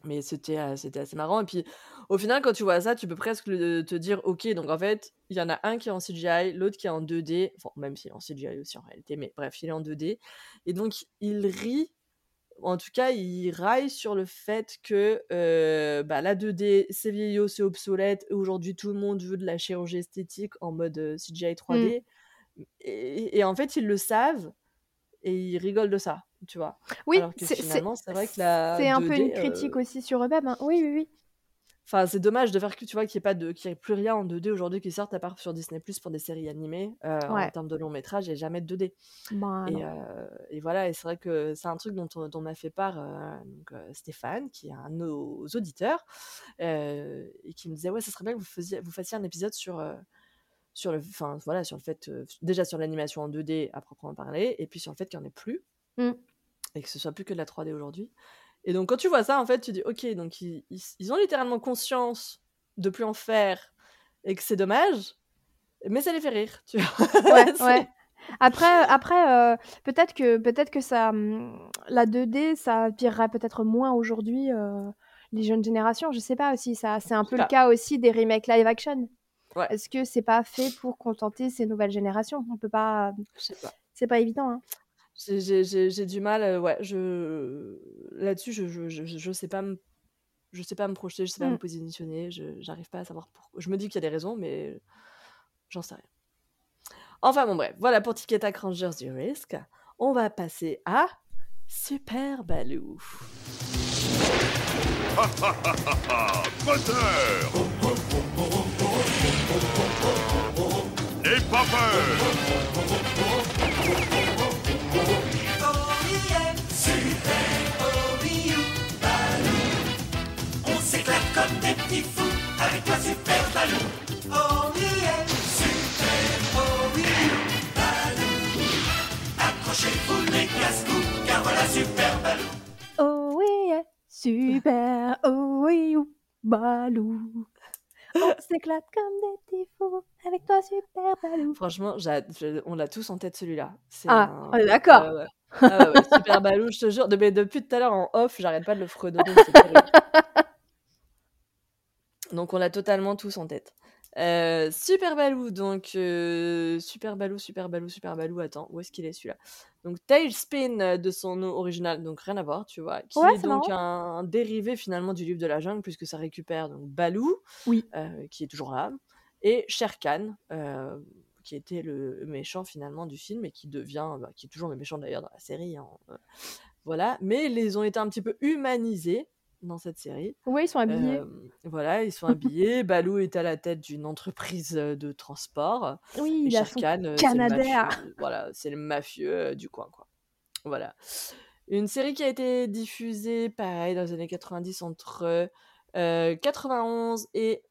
Mais c'était assez marrant et puis, au final, quand tu vois ça, tu peux presque te dire: «OK, donc en fait, il y en a un qui est en CGI, l'autre qui est en 2D», enfin, même s'il est en CGI aussi en réalité, mais bref, il est en 2D et donc il rit, ou en tout cas, il raille sur le fait que, la 2D, c'est vieillot, c'est obsolète et aujourd'hui tout le monde veut de la chirurgie esthétique en mode, CGI Mmh. 3D et en fait, ils le savent et ils rigolent de ça, tu vois? Oui, Alors que finalement, c'est vrai que la c'est un peu 2D, une critique aussi sur eux-mêmes, hein. Oui, oui, oui. enfin, c'est dommage de faire que tu vois, qu'il y ait plus rien en 2D aujourd'hui qui sorte à part sur Disney+ pour des séries animées, en Ouais. termes de long métrage, il y a jamais de 2D Ben, et non. voilà et c'est vrai que c'est un truc dont m'a fait part, Stéphane, qui est un de nos auditeurs, et qui me disait: «Ouais, ça serait bien que vous fassiez un épisode sur le enfin, voilà, sur le fait, déjà sur l'animation en 2D à proprement parler et puis sur le fait qu'il y en ait plus Mmh. et que ce soit plus que de la 3D aujourd'hui». Et donc quand tu vois ça, en fait, tu dis: «OK, donc ils ont littéralement conscience de plus en faire et que c'est dommage, mais ça les fait rire», tu vois? Ouais, ouais. C'est Après, peut-être que ça, la 2D, ça attirera peut-être moins aujourd'hui, les jeunes générations. Je sais pas aussi, ça c'est un je sais peu le pas. cas aussi des remakes live action. Ouais, Est-ce que c'est pas fait pour contenter ces nouvelles générations? On peut pas, je sais pas. c'est pas évident, hein. J'ai du mal, ouais, là-dessus, je sais pas me projeter, je sais pas me Mmh. positionner, j'arrive pas à savoir pourquoi. Je me dis qu'il y a des raisons, mais j'en sais rien. Enfin bon bref, voilà pour Tic et Tac Rangers du Risque. On va passer à Super Baloo. Moteur. N'aie pas peur. On s'éclate comme des petits fous avec toi Super Balou. Oh yeah, Super Balou. Accrochez-vous les casse-cou, car voilà Super Balou. Oh oui, super, oh oui, Balou. On s'éclate comme des petits fous avec toi, Super Balou. Franchement, on l'a tous en tête celui-là. C'est Ah, un on est ouais, d'accord. ouais. Ah ouais, ouais, Super Baloo, je te jure, mais depuis tout à l'heure en off, j'arrête pas de le fredonner, c'est terrible. Donc on l'a totalement tous en tête. Super Baloo, donc Super Baloo, Super Baloo, Super Baloo, attends, où est-ce qu'il est celui-là? Donc Tailspin de son nom original, donc rien à voir, tu vois, Ouais, qui est c'est donc marrant. un dérivé finalement du livre de la jungle puisque ça récupère donc Baloo, Oui. qui est toujours là, et Shere Khan, qui était le méchant finalement du film et qui devient, qui est toujours le méchant d'ailleurs dans la série, hein, voilà. Mais ils ont été un petit peu humanisés dans cette série. Ouais, ils sont habillés. Voilà, ils sont habillés. Baloo est à la tête d'une entreprise de transport Oui, et il a Shere son Khan, c'est le Canadair. mafieux. Voilà, c'est le mafieux du coin, quoi. Voilà. Une série qui a été diffusée, pareil, dans les années 90 entre 91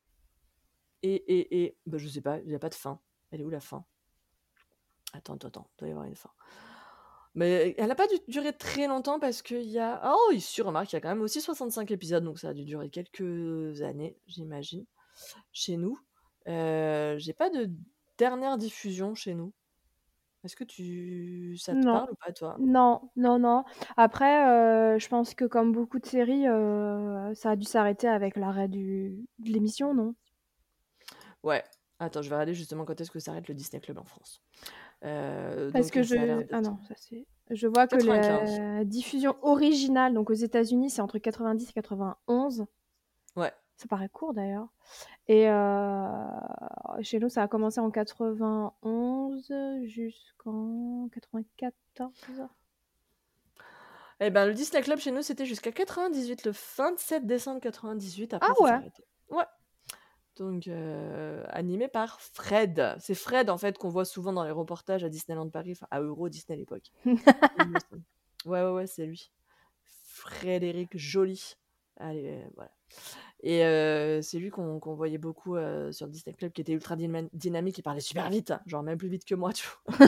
je sais pas, il n'y a pas de fin. Elle est où la fin? Attends, il doit y avoir une fin. Mais elle a pas duré très longtemps parce qu'il y a oh, remarque, il y a quand même aussi 65 épisodes, donc ça a dû durer quelques années, j'imagine, chez nous. J'ai pas de dernière diffusion chez nous. Est-ce que ça te Non, parle ou pas, toi? non, non, non. Après, je pense que comme beaucoup de séries, ça a dû s'arrêter avec l'arrêt de l'émission, non? Ouais. Attends, je vais regarder justement quand est-ce que s'arrête le Disney Club en France. Parce Donc que ça a l'air ah d'être non, ça c'est je vois que 95. la diffusion originale, donc aux États-Unis, c'est entre 90 et 91. Ouais. Ça paraît court d'ailleurs. Et chez nous, ça a commencé en 91 jusqu'en 94. Eh ben, le Disney Club chez nous, c'était jusqu'à 98, le 27 décembre 98. Ah Après, ça s'est ouais! arrêté. Ouais. Donc, animé par Fred. C'est Fred, en fait, qu'on voit souvent dans les reportages à Disneyland Paris, enfin, à Euro Disney à l'époque. Il me semble. Ouais, ouais, ouais, c'est lui. Frédéric Joly. Allez, voilà. Et c'est lui qu'on voyait beaucoup sur le Disney Club, qui était ultra dynamique, il parlait super vite, genre même plus vite que moi, tu vois.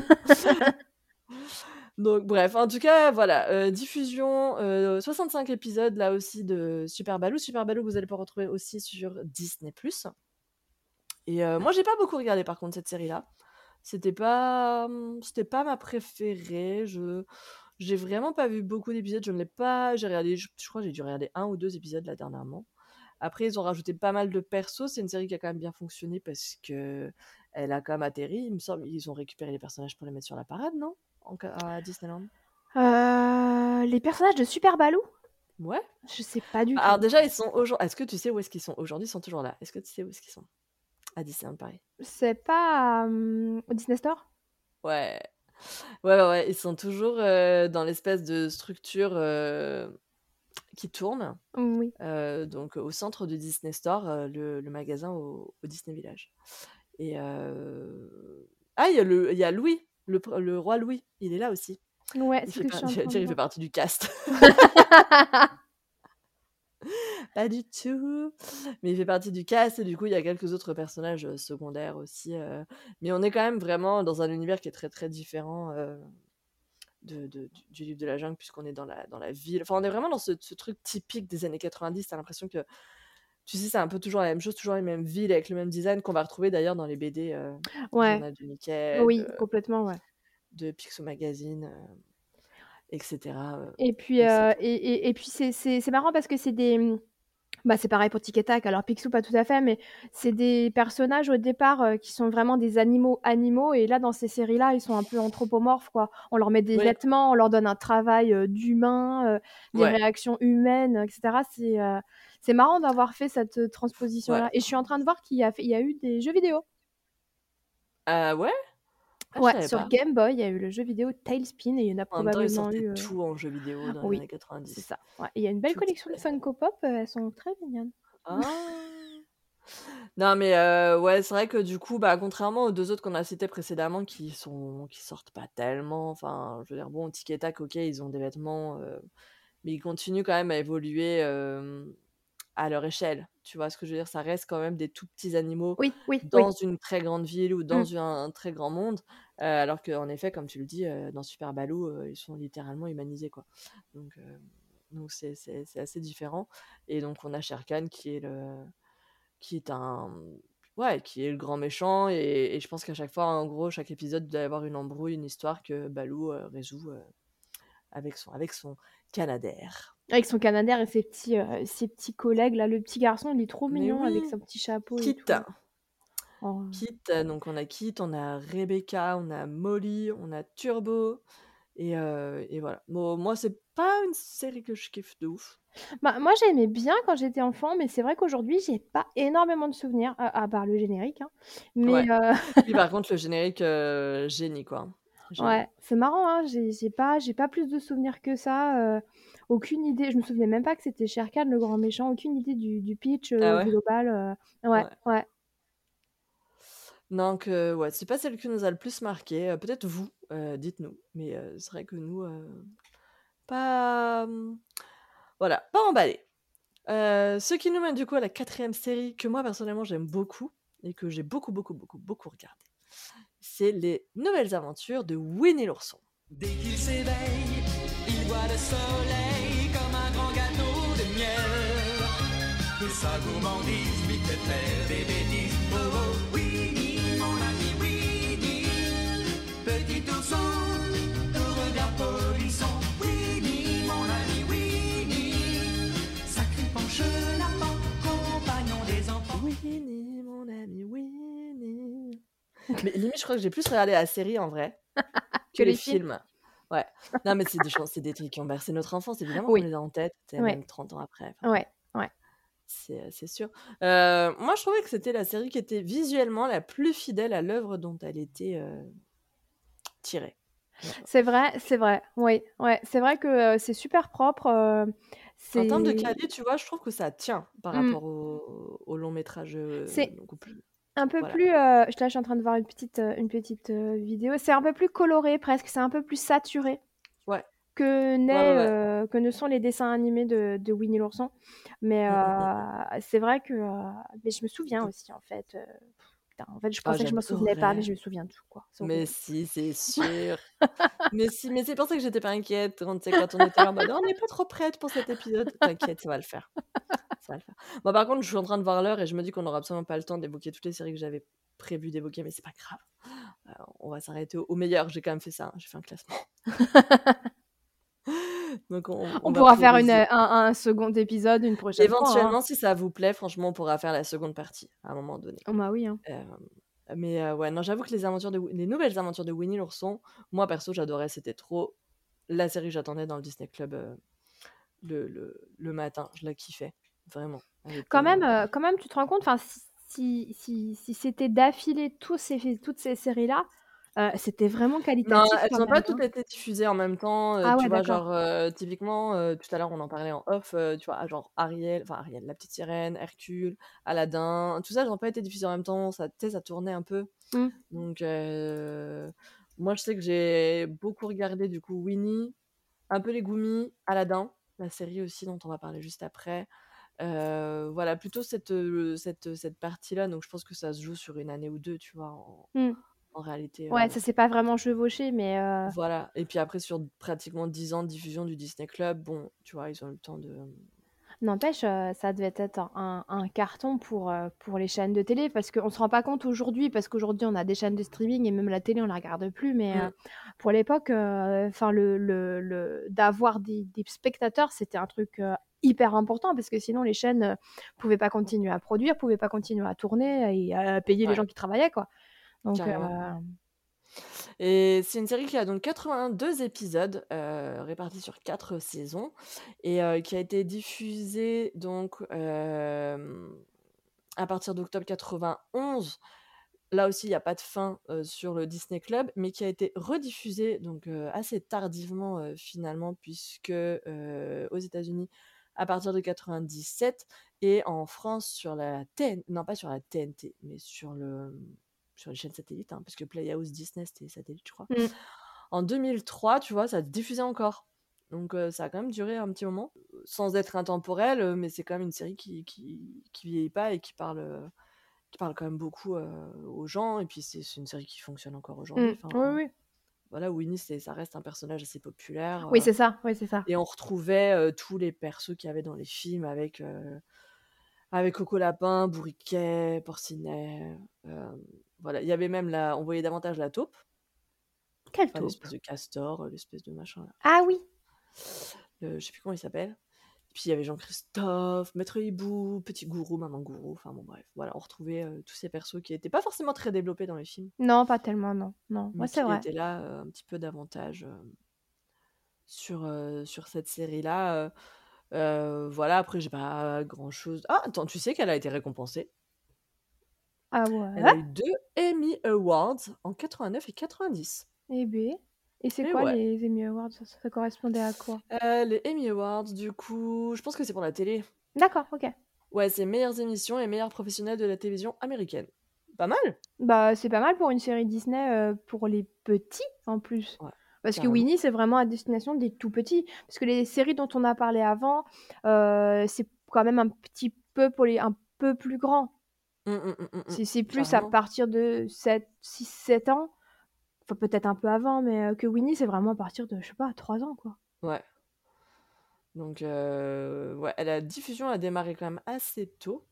Donc bref, en tout cas, voilà, diffusion, 65 épisodes là aussi de Super Baloo. Super Baloo, vous allez pouvoir retrouver aussi sur Disney+. Et moi, j'ai pas beaucoup regardé par contre cette série-là. C'était pas ma préférée. J'ai vraiment pas vu beaucoup d'épisodes, je ne l'ai pas j'ai regardé, je crois que j'ai dû regarder 1 ou 2 épisodes là dernièrement. Après ils ont rajouté pas mal de persos, c'est une série qui a quand même bien fonctionné parce qu'elle a quand même atterri, il me semble. Ils ont récupéré les personnages pour les mettre sur la parade, non? À Disneyland? Les personnages de Super Baloo? Ouais. Je sais pas du Alors tout. déjà, est-ce que tu sais où est-ce qu'ils sont aujourd'hui? Ils sont toujours là. Est-ce que tu sais où est-ce qu'ils sont? À Disneyland Paris. C'est pas au Disney Store? Ouais. Ouais, ils sont toujours, dans l'espèce de structure, qui tourne, Oui. donc au centre du Disney Store, le magasin au Disney Village et il y a Louis, le roi Louis, il est là aussi. Ouais, Il c'est ce fait que je par suis en j'allais train dire de il fait voir. partie du cast. Pas du tout, mais il fait partie du cast et du coup, il y a quelques autres personnages, secondaires aussi, mais on est quand même vraiment dans un univers qui est très, très différent, du livre de la jungle puisqu'on est dans la ville. Enfin, on est vraiment dans ce truc typique des années 90. Tu as l'impression que, tu sais, c'est un peu toujours la même chose, toujours les mêmes villes avec le même design qu'on va retrouver d'ailleurs dans les BD, Ouais, Journal de Mickey, oui, complètement, ouais. de Picsou Magazine, et cetera, Et puis, et cetera. et puis c'est marrant parce que c'est des, bah, c'est pareil pour Tic et Tac, alors Picsou pas tout à fait, mais c'est des personnages au départ, qui sont vraiment des animaux et là dans ces séries-là, ils sont un peu anthropomorphes, quoi. On leur met des Oui, vêtements, on leur donne un travail, d'humain, des ouais, réactions humaines, et cetera. C'est marrant d'avoir fait cette, ouais. transposition-là et je suis en train de voir il y a eu des jeux vidéo. Ah ouais? Ah, je Ouais, savais sur pas. Game Boy, il y a eu le jeu vidéo Tailspin et il y en a En même temps, ils probablement sortaient eu, tout en jeux vidéo dans les oui, années c'est 90. ça. Ouais, et il y a une belle Tout y collection de passait. Funko Pop, elles sont très mignonnes. Ah! Non, mais ouais, c'est vrai que du coup, bah, contrairement aux 2 autres qu'on a cités précédemment qui sortent pas tellement, enfin, je veux dire, bon, Tic et Tac, OK, ils ont des vêtements, mais ils continuent quand même à évoluer, à leur échelle. Tu vois ce que je veux dire? Ça reste quand même des tout petits animaux Oui, oui, dans oui. une très grande ville ou Mmh. dans un très grand monde, alors qu'en effet, comme tu le dis, dans Super Baloo, ils sont littéralement humanisés, quoi. Donc heu, donc c'est assez différent et donc on a Shere Khan qui est ouais, qui est le grand méchant et je pense qu'à chaque fois, en gros, chaque épisode doit y avoir une embrouille, une histoire que Baloo, résout, avec son Canadair. Avec son canadair et ses petits collègues là, le petit garçon, il est trop Mais mignon avec oui, son petit chapeau et Kit. tout. Oh. Kit, donc on a Kit, on a Rebecca, on a Molly, on a Turbo et voilà. Bon, moi, c'est pas une série que je kiffe de ouf. Bah, moi j'aimais bien quand j'étais enfant, mais c'est vrai qu'aujourd'hui, j'ai pas énormément de souvenirs, à part le générique, hein. Mais Ouais. Oui, par contre, le générique, génie, quoi. Génie. ouais, c'est marrant, hein, j'ai pas plus de souvenirs que ça, aucune idée, je me souvenais même pas que c'était Shere Khan le grand méchant, aucune idée du pitch, Ah ouais? global, ouais, Ouais. ouais. Donc ouais, c'est pas celle qui nous a le plus marqué, peut-être vous, dites-nous. Mais c'est vrai que nous, pas, voilà, pas emballés. Ce qui nous mène du coup à la 4e série que moi personnellement j'aime beaucoup et que j'ai beaucoup, beaucoup, beaucoup, beaucoup regardé. C'est les nouvelles aventures de Winnie l'ourson. Dès qu'il s'éveille, il voit le soleil comme un grand gâteau de miel. Que sa gourmandise lui fait faire des bêtises. Oh oh, Winnie, mon ami Winnie, petit ourson, au regard polisson. Winnie, mon ami Winnie, sacré penche lapin, compagnon des enfants. Winnie, mon ami Winnie. Mais limite, je crois que j'ai plus regardé la série en vrai que Que les les films? films. Ouais. Non, mais c'est des trucs qui ont bercé notre enfance, évidemment qu'on Oui, les a en tête, ouais, même 30 ans après. Enfin, ouais, ouais. c'est sûr. Moi, je trouvais que c'était la série qui était visuellement la plus fidèle à l'œuvre dont elle était tirée. C'est vrai, oui, ouais. C'est vrai que, c'est super propre, En termes de c'est qualité, tu vois, je trouve que ça tient par mmh, rapport au long métrage, c'est donc au plus. un peu Voilà. plus, je suis en train de voir une petite, vidéo. C'est un peu plus coloré presque, c'est un peu plus saturé Ouais. que Ouais. que ne sont les dessins animés de Winnie l'ourson. Mais, Mmh. c'est vrai que, mais je me souviens Donc aussi en fait, putain, en fait, je ah, pensais que je m'en souvenais pas, mais j'adorais. je me souviens de tout, quoi. C'est Mais horrible. si, c'est sûr. Mais si, mais c'est pour ça que j'étais pas inquiète quand, tu sais, quand on était là en mode: «Oh, «On n'est pas trop prête pour cet épisode». T'inquiète, ça va le faire, ça va le faire. Bon, par contre, je suis en train de voir l'heure et je me dis qu'on aura absolument pas le temps d'évoquer toutes les séries que j'avais prévu d'évoquer, mais c'est pas grave. On va s'arrêter au meilleur. J'ai quand même fait ça, hein, j'ai fait un classement. Donc On va pourra faire prioriser. un second épisode une prochaine fois, hein. Éventuellement, si ça vous plaît, franchement, on pourra faire la seconde partie à un moment donné. Oh bah oui, hein. Mais ouais, non, j'avoue que les nouvelles aventures de Winnie l'ourson, moi perso, j'adorais. C'était trop la série que j'attendais dans le Disney Club le matin. Je la kiffais, vraiment. Elle Quand était, même, tu te rends compte, enfin, si c'était d'affilée toutes ces séries-là, c'était vraiment Non, qualitatif elles quand ont pas même, toutes hein. été diffusées en même temps, Ah tu ouais, vois? d'accord. Genre, typiquement, tout à l'heure, on en parlait en off, tu vois? Genre Ariel, La Petite Sirène, Hercule, Aladdin, tout ça, elles ont pas été diffusées en même temps, ça tu sais, ça tournait un peu. Mmh. Donc moi, je sais que j'ai beaucoup regardé, du coup, Winnie, un peu les Goonies, Aladdin, la série aussi dont on va parler juste après. Voilà, plutôt cette partie-là, donc je pense que ça se joue sur une année ou 2, tu vois? Mmh. En réalité, Ouais, ça s'est pas vraiment chevauché, mais voilà. Et puis après, sur pratiquement 10 ans de diffusion du Disney Club, bon, tu vois, ils ont eu le temps de. n'empêche, ça devait être un carton pour les chaînes de télé parce qu'on se rend pas compte aujourd'hui, parce qu'aujourd'hui, on a des chaînes de streaming et même la télé, on la regarde plus, mais Mm. pour l'époque, enfin, d'avoir des spectateurs, c'était un truc, hyper important parce que sinon les chaînes, pouvaient pas continuer à produire, pouvaient pas continuer à tourner et à payer les Ouais, gens qui travaillaient, quoi. Donc carrément. Et c'est une série qui a donc 82 épisodes répartis sur 4 saisons et qui a été diffusée donc à partir d'octobre 91. Là aussi, il n'y a pas de fin sur le Disney Club, mais qui a été rediffusée donc assez tardivement finalement, puisque aux États-Unis à partir de 97 et en France sur la non pas sur la TNT, mais sur les chaînes satellites, hein, parce que Playhouse Disney c'était satellite, je crois. mmh. En 2003, tu vois, ça diffusait encore. Donc ça a quand même duré un petit moment, sans être intemporel, mais c'est quand même une série qui vieillit pas et qui parle quand même beaucoup aux gens. Et puis c'est une série qui fonctionne encore aujourd'hui. Mmh. Enfin, Oui, oui. voilà, Winnie, ça reste un personnage assez populaire. Oui, c'est ça, oui, c'est ça. Et on retrouvait tous les persos qu'il y avait dans les films avec Coco Lapin, Bourriquet, Porcinet. Voilà, il y avait même on voyait davantage la taupe, Quelle enfin taupe! l'espèce de castor, l'espèce de machin là. Ah oui! Je sais plus comment il s'appelle. Puis il y avait Jean-Christophe, Maître Hibou, Petit Gourou, Maman Gourou, enfin bon bref, voilà, on retrouvait tous ces persos qui étaient pas forcément très développés dans les films, Non, pas tellement, non, non. Ouais, mais c'est qui vrai. étaient là un petit peu davantage sur cette série-là. Voilà, après j'ai pas grand-chose. Ah, attends, tu sais qu'elle a été récompensée. Ah Elle a ouais? eu 2 Emmy Awards en 89 et 90. Eh beh, et c'est Et quoi ouais. les Emmy Awards? Ça correspondait à quoi? Les Emmy Awards, du coup, je pense que c'est pour la télé. D'accord, OK. Ouais, c'est meilleures émissions et meilleurs professionnels de la télévision américaine. Pas mal? Bah, c'est pas mal pour une série Disney, pour les petits, en plus. Ouais, Parce que carrément. Winnie, c'est vraiment à destination des tout petits. Parce que les séries dont on a parlé avant, c'est quand même un petit peu pour les un peu plus grands. C'est plus à Carrément. partir de 6-7 ans, enfin peut-être un peu avant, mais que Winnie, c'est vraiment à partir de, je sais pas, 3 ans, quoi. Ouais. Donc, ouais, la diffusion a démarré quand même assez tôt.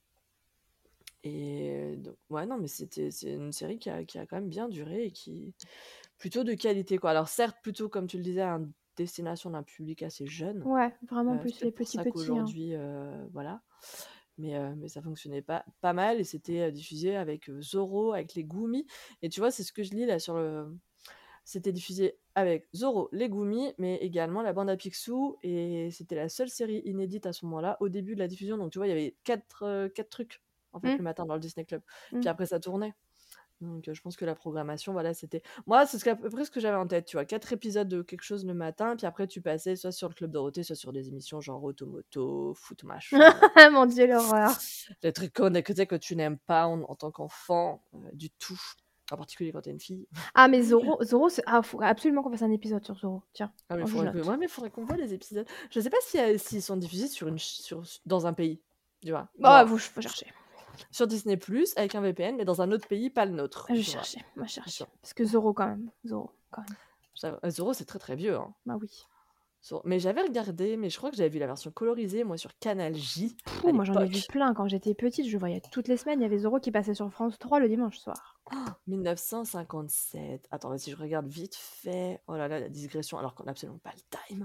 Et donc, ouais, non, mais c'est une série qui a quand même bien duré et qui plutôt de qualité, quoi. Alors certes, plutôt comme tu le disais, à destination d'un public assez jeune. Ouais, vraiment C'est plus les peut-être pour ça petits, hein. qu'aujourd'hui, voilà. Mais ça fonctionnait pas mal et c'était diffusé avec Zorro, avec les Goomies. Et tu vois, c'est ce que je lis là sur le. C'était diffusé avec Zorro, les Goomies, mais également la bande à Picsou. Et c'était la seule série inédite à ce moment-là, au début de la diffusion. Donc tu vois, il y avait quatre trucs en fait Mmh. le matin dans le Disney Club. Mmh. Puis après, ça tournait. Donc je pense que la programmation, voilà, c'était. Moi, c'est à peu près ce que j'avais en tête, tu vois. 4 épisodes de quelque chose le matin, puis après, tu passais soit sur le Club Dorothée, soit sur des émissions genre Automoto, Foot Machin. Mon Dieu, l'horreur. Les trucs que tu n'aimes pas en tant qu'enfant, du tout. En particulier quand t'es une fille. Ah, mais Zorro, faut absolument qu'on fasse un épisode sur Zorro. Tiens, Ah, mais je note. ouais, mais faudrait qu'on voit les épisodes. Je sais pas s'ils sont diffusés dans un pays, tu vois. Ah, Genre, faut chercher. sur Disney+, avec un VPN, mais dans un autre pays, pas le nôtre. Je vais Tu vois. chercher, C'est ça. Parce que Zorro, quand même. Zorro, quand même. Zorro, c'est très très vieux. Hein. Bah oui. Mais j'avais regardé, mais je crois que j'avais vu la version colorisée, moi, sur Canal J à Moi, j'en ai vu l'époque. plein quand j'étais petite. Je voyais toutes les semaines. Il y avait Zorro qui passait sur France 3 le dimanche soir. 1957. Attends, si je regarde vite fait. Oh là là, la digression, alors qu'on n'a absolument pas le time.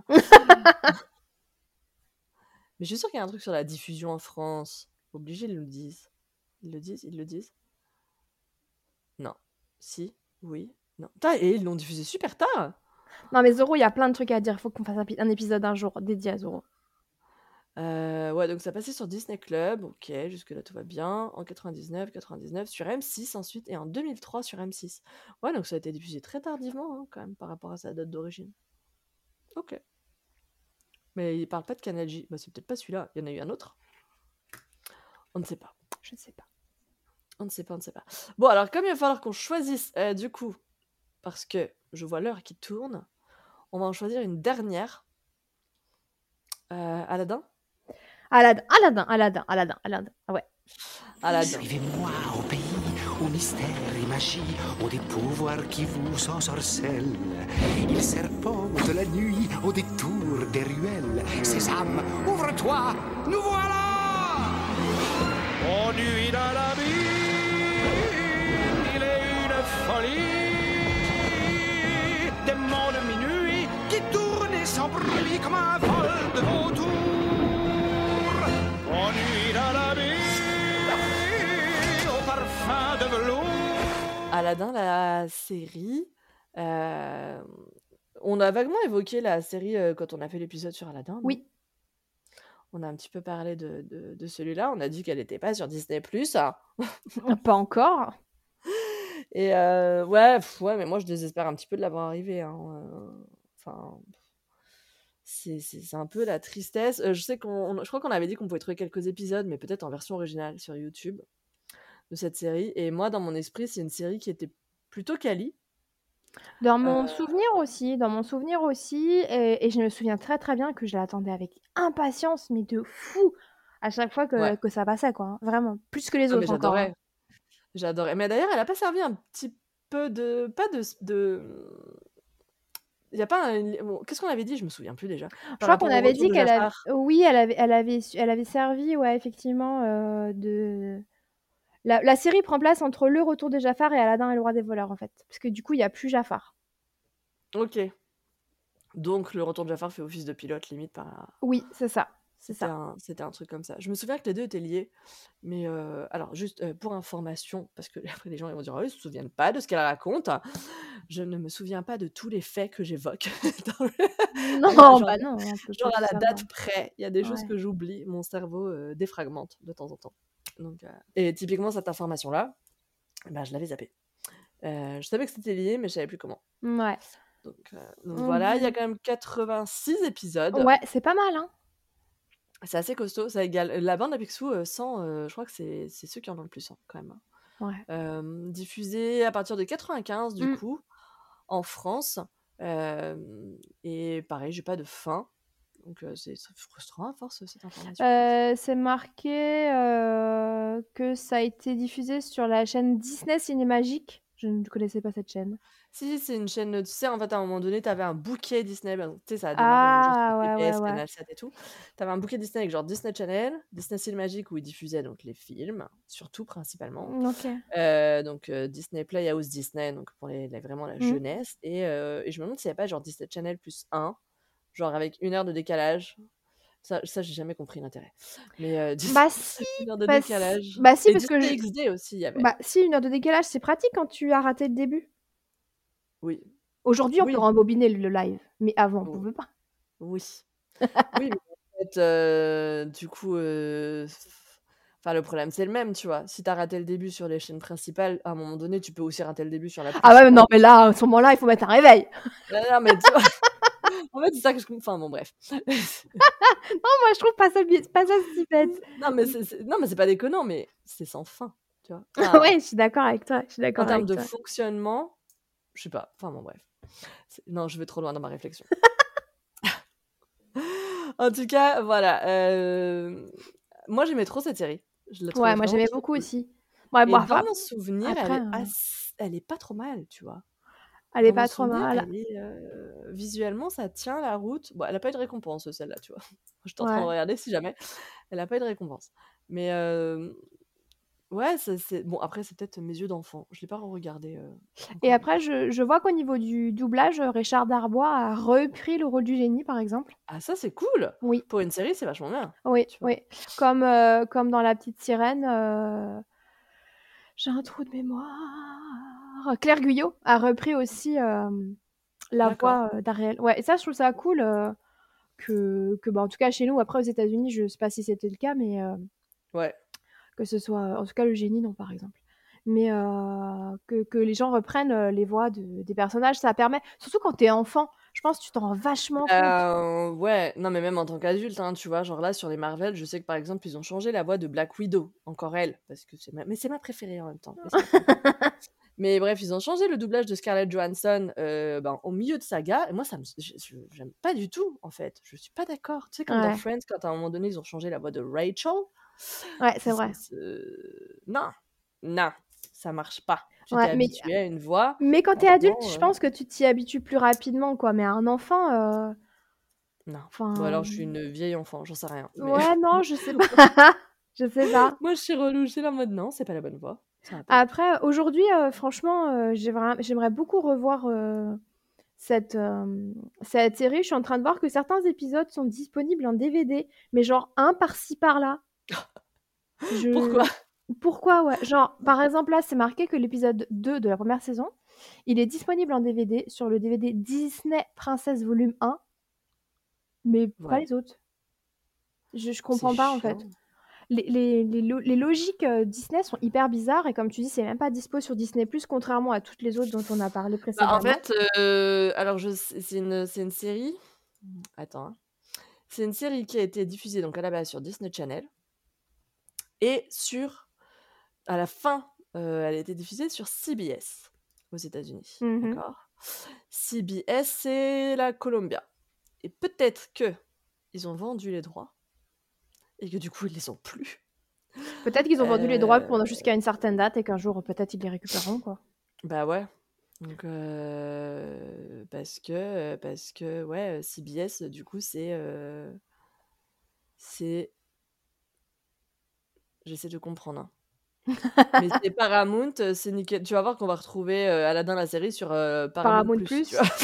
Mais je suis sûre qu'il y a un truc sur la diffusion en France. Obligé, ils le disent. Ils le disent. Non. Si. Oui. Non. Putain, et ils l'ont diffusé super tard. Non, mais Zorro, il y a plein de trucs à dire. Il faut qu'on fasse un épisode un jour dédié à Zorro. Ouais, donc ça passait sur Disney Club, ok, jusque-là tout va bien. En 99, sur M6 ensuite, et en 2003 sur M6. Ouais, donc ça a été diffusé très tardivement, hein, quand même, par rapport à sa date d'origine. Ok. Mais il parle pas de Canal J. Bah, c'est peut-être pas celui-là. Il y en a eu un autre. On ne sait pas. Je ne sais pas. On ne sait pas. Bon, alors comme il va falloir qu'on choisisse, du coup, parce que je vois l'heure qui tourne, on va en choisir une dernière. Aladdin. Aladdin. Ah ouais. Aladdin. Suivez-moi au pays où mystère et magie ont des pouvoirs qui vous ensorcellent. Il serpente la nuit au détour des ruelles. Sésame, ouvre-toi, nous voilà! On nuit dans la ville, il est une folie. Des mondes minuit qui tournent sans bruit comme un vol de vautour. On nuit dans la ville, au parfum de velours. Aladdin, la série. On a vaguement évoqué la série quand on a fait l'épisode sur Aladdin. Oui. On a un petit peu parlé de celui-là. On a dit qu'elle n'était pas sur Disney+. Pas encore. Et ouais, mais moi je désespère un petit peu de l'avoir arrivé. Enfin, c'est un peu la tristesse. Je crois qu'on avait dit qu'on pouvait trouver quelques épisodes, mais peut-être en version originale sur YouTube de cette série. Et moi, dans mon esprit, c'est une série qui était plutôt quali. Dans mon souvenir aussi, et je me souviens très très bien que je l'attendais avec impatience, mais de fou, à chaque fois que ça passait, quoi, hein, vraiment, plus que les Ah, mais autres encore. Hein. J'adorais. Mais d'ailleurs, elle a pas servi un petit peu de... Pas de... Il y a pas un... Qu'est-ce qu'on avait dit? Je me souviens plus déjà. Je crois qu'on avait dit qu'elle avait... Oui, elle avait servi, ouais, effectivement, de... La série prend place entre le retour de Jafar et Aladdin et le roi des voleurs, en fait. Parce que du coup, il n'y a plus Jafar. Ok. Donc, le retour de Jafar fait office de pilote, limite, par... Oui, c'est ça. C'était un truc comme ça. Je me souviens que les deux étaient liés. Mais alors, juste pour information, parce que après les gens ils vont dire « Oh, ils se souviennent pas de ce qu'elle raconte ». Je ne me souviens pas de tous les faits que j'évoque. Non, bah non. Genre à la date près. Il y a des choses que j'oublie. Mon cerveau défragmente de temps en temps. Donc, et typiquement, cette information-là, bah, je l'avais zappée. Je savais que c'était lié, mais je savais plus comment. Ouais. Donc voilà, il y a quand même 86 épisodes. Ouais, c'est pas mal, hein. C'est assez costaud, ça égale la bande à Picsou 100, je crois que c'est ceux qui en ont le plus, hein, quand même. Ouais. Diffusé à partir de 95 du coup en France, et pareil, j'ai pas de fin, donc c'est frustrant à force cette information. C'est marqué que ça a été diffusé sur la chaîne Disney Cinémagique. Je ne connaissais pas cette chaîne. Si, c'est une chaîne, tu sais, en fait, à un moment donné, t'avais un bouquet Disney, tu sais, ça a démarré genre sur TPS, Canal 7 et tout. T'avais un bouquet Disney avec genre Disney Channel, Disney Cinémagique où ils diffusaient donc les films, surtout principalement. Ok. Donc Disney Playhouse Disney, donc pour vraiment la jeunesse. Et je me demande s'il n'y a pas genre Disney Channel plus 1, genre avec 1 heure de décalage. Ça j'ai jamais compris l'intérêt. Mais bah si, 1 heure de décalage. Bah si, et parce que XD aussi, il y avait. Bah si, 1 heure de décalage, c'est pratique quand tu as raté le début. Oui. Aujourd'hui, on peut rembobiner le live, mais avant, on pouvait pas. Oui. Oui, mais en fait, du coup, enfin, le problème, c'est le même, tu vois. Si t'as raté le début sur les chaînes principales, à un moment donné, tu peux aussi rater le début sur la plus. Ah ouais, non, mais là, à ce moment-là, il faut mettre un réveil. Non, mais tu vois... En fait, c'est ça que je... Enfin, bon, bref. Non, moi, je trouve pas ça si bête. Non, mais c'est pas déconnant, mais c'est sans fin, tu vois. Enfin, ouais, je suis d'accord avec toi. En termes de fonctionnement, je sais pas. Enfin, bon, bref. Non, je vais trop loin dans ma réflexion. En tout cas, voilà. Moi, j'aimais trop cette série. Ouais, moi, j'aimais beaucoup aussi. Ouais, dans mon souvenir, elle est pas trop mal, tu vois. Elle est Dans mon pas trop souvenir, mal. elle est, visuellement, ça tient la route. Bon, elle a pas eu de récompense, celle-là, tu vois? J'étais en train de Ouais. regarder si jamais. Elle a pas eu de récompense. Mais, ouais, c'est bon, après, c'est peut-être mes yeux d'enfant. Je l'ai pas re-regardé, Et encore. après, je vois qu'au niveau du doublage, Richard Darbois a repris le rôle du génie, par exemple. Ah ça, c'est cool! Oui, Pour une série, c'est vachement bien, oui, tu vois? oui. Comme dans La Petite Sirène, j'ai un trou de mémoire. Claire Guyot a repris aussi la D'accord. voix d'Ariel. Ouais, et ça, je trouve ça cool que bah, en tout cas chez nous, après aux États-Unis, je sais pas si c'était le cas, mais Ouais. que ce soit, en tout cas le génie, non, par exemple. Mais que les gens reprennent les voix des personnages, ça permet, surtout quand t'es enfant, je pense que tu t'en rends vachement compte. Ouais, non, mais même en tant qu'adulte, hein, tu vois? Genre là, sur les Marvel, je sais que, par exemple, ils ont changé la voix de Black Widow. Encore elle, parce que c'est ma préférée en même temps, laisse-moi tranquille. Mais bref, ils ont changé le doublage de Scarlett Johansson, ben, au milieu de saga et moi ça me j'aime pas du tout, en fait. Je suis pas d'accord. Tu sais, comme dans Ouais, Friends, quand à un moment donné, ils ont changé la voix de Rachel, ouais, c'est vrai. non, non, ça marche pas. Tu t'es Ouais, habitué à une voix, mais quand t'es adulte, maintenant, je pense que tu t'y habitues plus rapidement, quoi. Mais un enfant, non. Bon alors je suis enfin, une vieille enfant, j'en sais rien, mais ouais, non, je sais pas. Je sais pas. moi je suis relou, je suis là en mode: «Non, c'est pas la bonne voix, ça va pas». Après, aujourd'hui, franchement, j'aimerais beaucoup revoir cette série. Je suis en train de voir que certains épisodes sont disponibles en DVD, mais genre un par-ci par-là. Pourquoi? Je... Pourquoi, ouais. Genre, par exemple, là, c'est marqué que l'épisode 2 de la première saison, il est disponible en DVD sur le DVD Disney Princess Volume 1, mais pas Ouais, les autres. Je c'est comprends pas, en fait. chiant. Les logiques Disney sont hyper bizarres, et comme tu dis, c'est même pas dispo sur Disney+, contrairement à toutes les autres dont on a parlé Bah, en précédemment. fait, alors c'est une série attends, hein. C'est une série qui a été diffusée donc à la base sur Disney Channel et à la fin, elle a été diffusée sur CBS aux États-Unis, Mhm. d'accord? CBS, c'est la Columbia et peut-être qu'ils ont vendu les droits et que du coup, ils les ont plus. Peut-être qu'ils ont vendu les droits Heu, pendant jusqu'à une certaine date et qu'un jour, peut-être, ils les récupéreront, quoi. bah, ouais, donc parce que ouais, CBS, du coup, c'est j'essaie de comprendre, hein. Mais c'est Paramount, c'est nickel. Tu vas voir qu'on va retrouver, Aladdin la série sur, Paramount+, Paramount+. tu vois?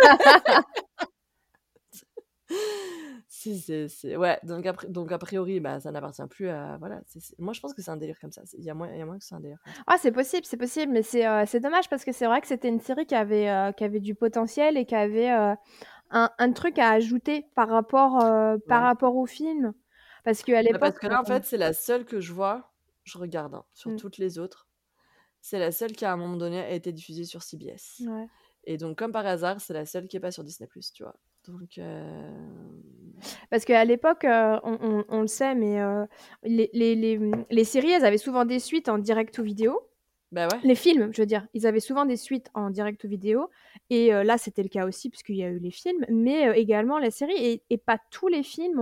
C'est ouais, donc a priori, bah, ça n'appartient plus à voilà, moi je pense que c'est un délire comme ça. Il y a moyen que c'est un délire comme ça. Ah, c'est possible, mais c'est dommage parce que c'est vrai que c'était une série qui avait du potentiel et qui avait un truc à ajouter par Ouais. rapport au film. Parce qu'à Bah, parce l'époque, que là, en fait, c'est la seule que je vois, je regarde, hein, sur mmh, toutes les autres, c'est la seule qui, à un moment donné, a été diffusée sur CBS ouais. et donc comme par hasard, c'est la seule qui est pas sur Disney+, tu vois? Donc Parce qu'à l'époque, on le sait, mais les séries, elles avaient souvent des suites en direct ou vidéo. bah, ouais. Les films, je veux dire, ils avaient souvent des suites en direct ou vidéo, et là, c'était le cas aussi puisqu'il y a eu les films, mais également la série, et pas tous les films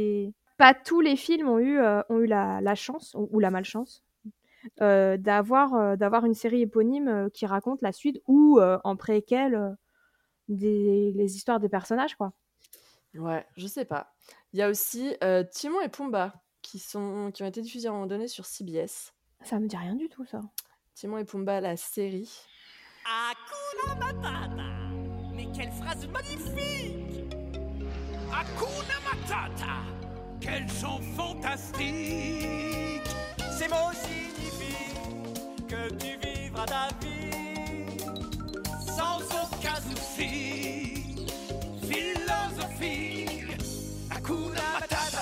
ont eu la chance ou la malchance d'avoir une série éponyme qui raconte la suite ou en préquel les histoires des personnages, quoi. Ouais, je sais pas. Il y a aussi, Timon et Pumba qui ont été diffusés à un moment donné sur CBS. Ça me dit rien du tout, ça. Timon et Pumba, la série. Hakuna Matata. Mais quelle phrase magnifique! Hakuna Matata. Quel chant fantastique! Ces mots signifient que tu vivras ta vie sans aucun souci. Philosophie. Hakuna Matata.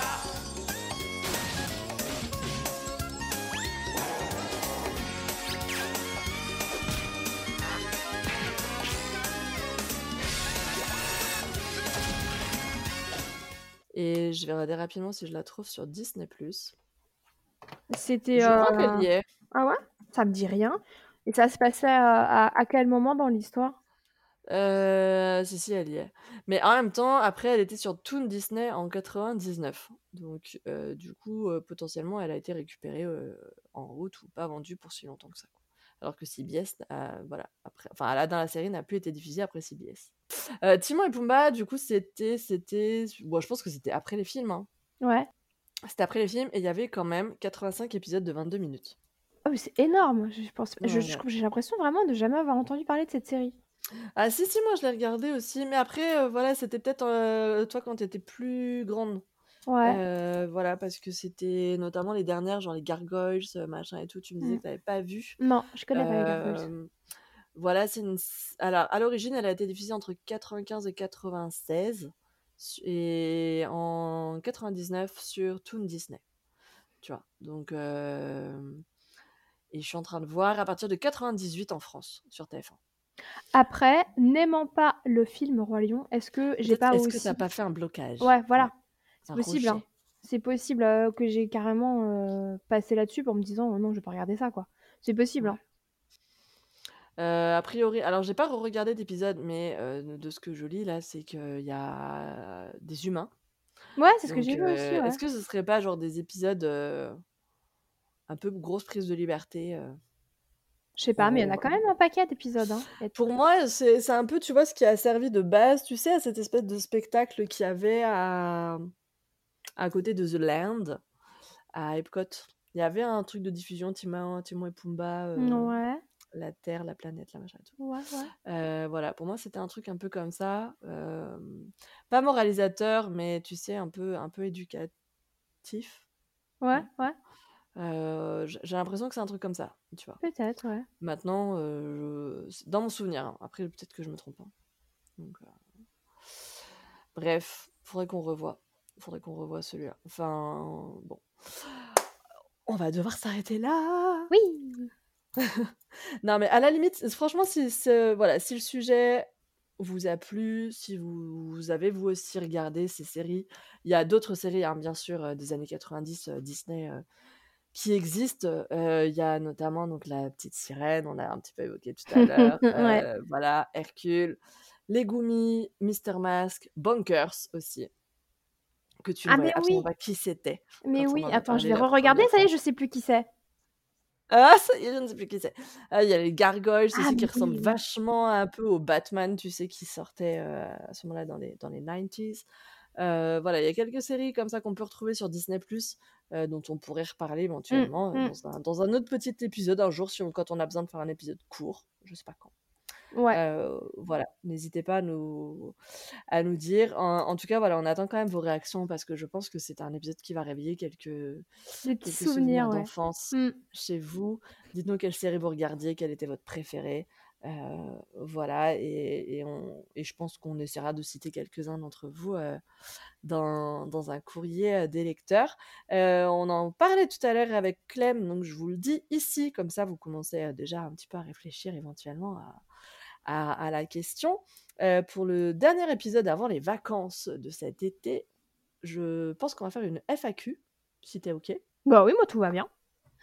Et je vais regarder rapidement si je la trouve sur Disney+. C'était, Je crois qu'elle y est. ah ouais? Ça me dit rien. Et ça se passait à quel moment dans l'histoire? Si, elle y est. Mais en même temps, après, elle était sur Toon Disney en 99. Donc du coup, potentiellement, elle a été récupérée, en route ou pas vendue pour si longtemps que ça, quoi. Alors que CBS, voilà, après, enfin, là, dans la série, n'a plus été diffusée après CBS. Timon et Pumba, du coup, bon, je pense que c'était après les films, hein. Ouais. C'était après les films et il y avait quand même 85 épisodes de 22 minutes. Oh, mais c'est énorme. Ouais. J'ai l'impression vraiment de jamais avoir entendu parler de cette série. Ah si, moi je l'ai regardé aussi, mais après, voilà, c'était peut-être toi quand t'étais plus grande. Ouais. Voilà, parce que c'était notamment les dernières, genre les Gargoyles, machin et tout, tu me disais Mm. que t'avais pas vu. Non, je connais pas les Gargoyles. Voilà, alors à l'origine, elle a été diffusée entre 95 et 96 et en 99 sur Toon Disney. Tu vois, donc et je suis en train de voir à partir de 98 en France sur TF1. Après, n'aimant pas le film Roi Lion, est-ce que j'ai pas Est-ce que aussi... t'as pas fait un blocage? Ouais, voilà. C'est Un possible, hein. rejet. C'est possible que j'ai carrément passé là-dessus pour me disant non, je vais pas regarder ça, quoi. C'est possible, hein. A priori, alors j'ai pas regardé d'épisode, mais de ce que je lis là, c'est qu'il y a des humains. Ouais, c'est ce que Donc, j'ai vu aussi, ouais. est-ce que ce serait pas genre des épisodes un peu grosse prise de liberté Je sais pas, mais il y en a quand même un paquet d'épisodes, hein. Pour moi, c'est un peu, tu vois, ce qui a servi de base, tu sais, à cette espèce de spectacle qu'il y avait à côté de The Land, à Epcot. Il y avait un truc de diffusion, Timon et Pumba, Ouais. la Terre, la planète, la machin et tout. Ouais. Voilà, pour moi, c'était un truc un peu comme ça. Pas moralisateur, mais tu sais, un peu éducatif. Ouais. J'ai l'impression que c'est un truc comme ça, tu vois. Peut-être, ouais. Maintenant, dans mon souvenir, hein. Après, peut-être que je me trompe. Donc, bref, faudrait qu'on revoie celui-là. Enfin, bon. On va devoir s'arrêter là. Oui. Non, mais à la limite, franchement, voilà, si le sujet vous a plu, si vous avez vous aussi regardé ces séries, il y a d'autres séries, hein, bien sûr, des années 90, Disney, qui existent. Il y a notamment donc La Petite Sirène, on a un petit peu évoqué tout à l'heure. Ouais. Voilà, Hercule, Les Goonies, Mister Mask, Bonkers aussi, que tu ne Ah, voyais mais absolument oui. pas qui c'était Mais quand on oui, en a attends, je parlé vais la re-regarder, première ça y fois. est, je sais plus qui c'est. Ah, ça y est, je ne sais plus qui c'est. Il y a les Gargoyles Ah, aussi qui mais oui, ressemblent oui. vachement un peu au Batman, tu sais, qui sortait à ce moment-là dans les 90s. Voilà, il y a quelques séries comme ça qu'on peut retrouver sur Disney+, dont on pourrait reparler éventuellement dans un autre petit épisode un jour quand on a besoin de faire un épisode court, je sais pas quand. Ouais. Voilà, n'hésitez pas à nous dire. En tout cas, voilà, on attend quand même vos réactions parce que je pense que c'est un épisode qui va réveiller Des petits quelques souvenirs, souvenirs ouais. d'enfance Mm. chez vous. Dites-nous quelle série vous regardiez, quelle était votre préférée. Voilà, et je pense qu'on essaiera de citer quelques-uns d'entre vous dans un courrier des lecteurs. On en parlait tout à l'heure avec Clem, donc je vous le dis ici, comme ça vous commencez déjà un petit peu à réfléchir éventuellement à la question. Pour le dernier épisode avant les vacances de cet été, je pense qu'on va faire une FAQ, si t'es OK. Bah oui, moi tout va bien.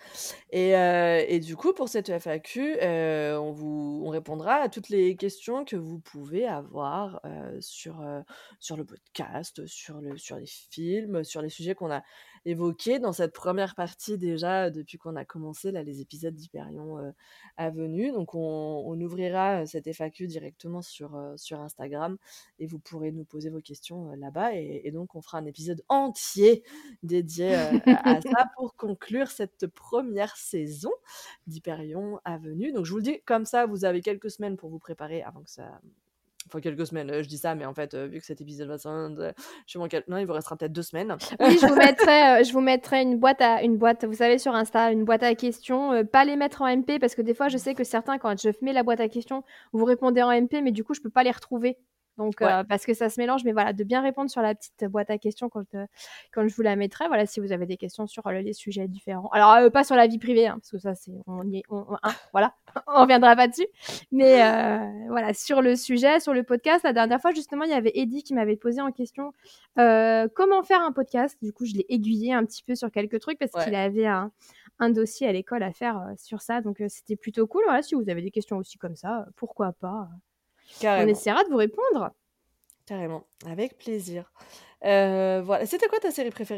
Et du coup, pour cette FAQ, on répondra à toutes les questions que vous pouvez avoir sur le podcast, sur les films, sur les sujets qu'on a évoqués dans cette première partie déjà depuis qu'on a commencé là, les épisodes d'Hyperion Avenue. Donc, on ouvrira cette FAQ directement sur Instagram et vous pourrez nous poser vos questions là-bas. Et donc, on fera un épisode entier dédié à ça pour conclure cette première saison d'Hyperion Avenue. Donc je vous le dis comme ça, vous avez quelques semaines pour vous préparer avant que ça... Enfin, quelques semaines, je dis ça, mais en fait, vu que cet épisode va sortir, non, il vous restera peut-être 2 semaines. Oui, je vous mettrai une boîte, vous savez, sur Insta, une boîte à questions. Pas les mettre en MP, parce que des fois, je sais que certains, quand je mets la boîte à questions, vous répondez en MP, mais du coup, je peux pas les retrouver. Donc, parce que ça se mélange, mais voilà, de bien répondre sur la petite boîte à questions quand je vous la mettrai. Voilà, si vous avez des questions sur les sujets différents. Alors, pas sur la vie privée, hein, parce que ça, voilà, on reviendra pas dessus. Mais voilà, sur le sujet, sur le podcast, la dernière fois, justement, il y avait Eddie qui m'avait posé en question comment faire un podcast. Du coup, je l'ai aiguillé un petit peu sur quelques trucs parce qu'il avait un dossier à l'école à faire sur ça. Donc, c'était plutôt cool. Voilà, si vous avez des questions aussi comme ça, pourquoi pas. Carrément. On essaiera de vous répondre. Carrément, avec plaisir. Voilà. C'était quoi ta série préférée, Clem ?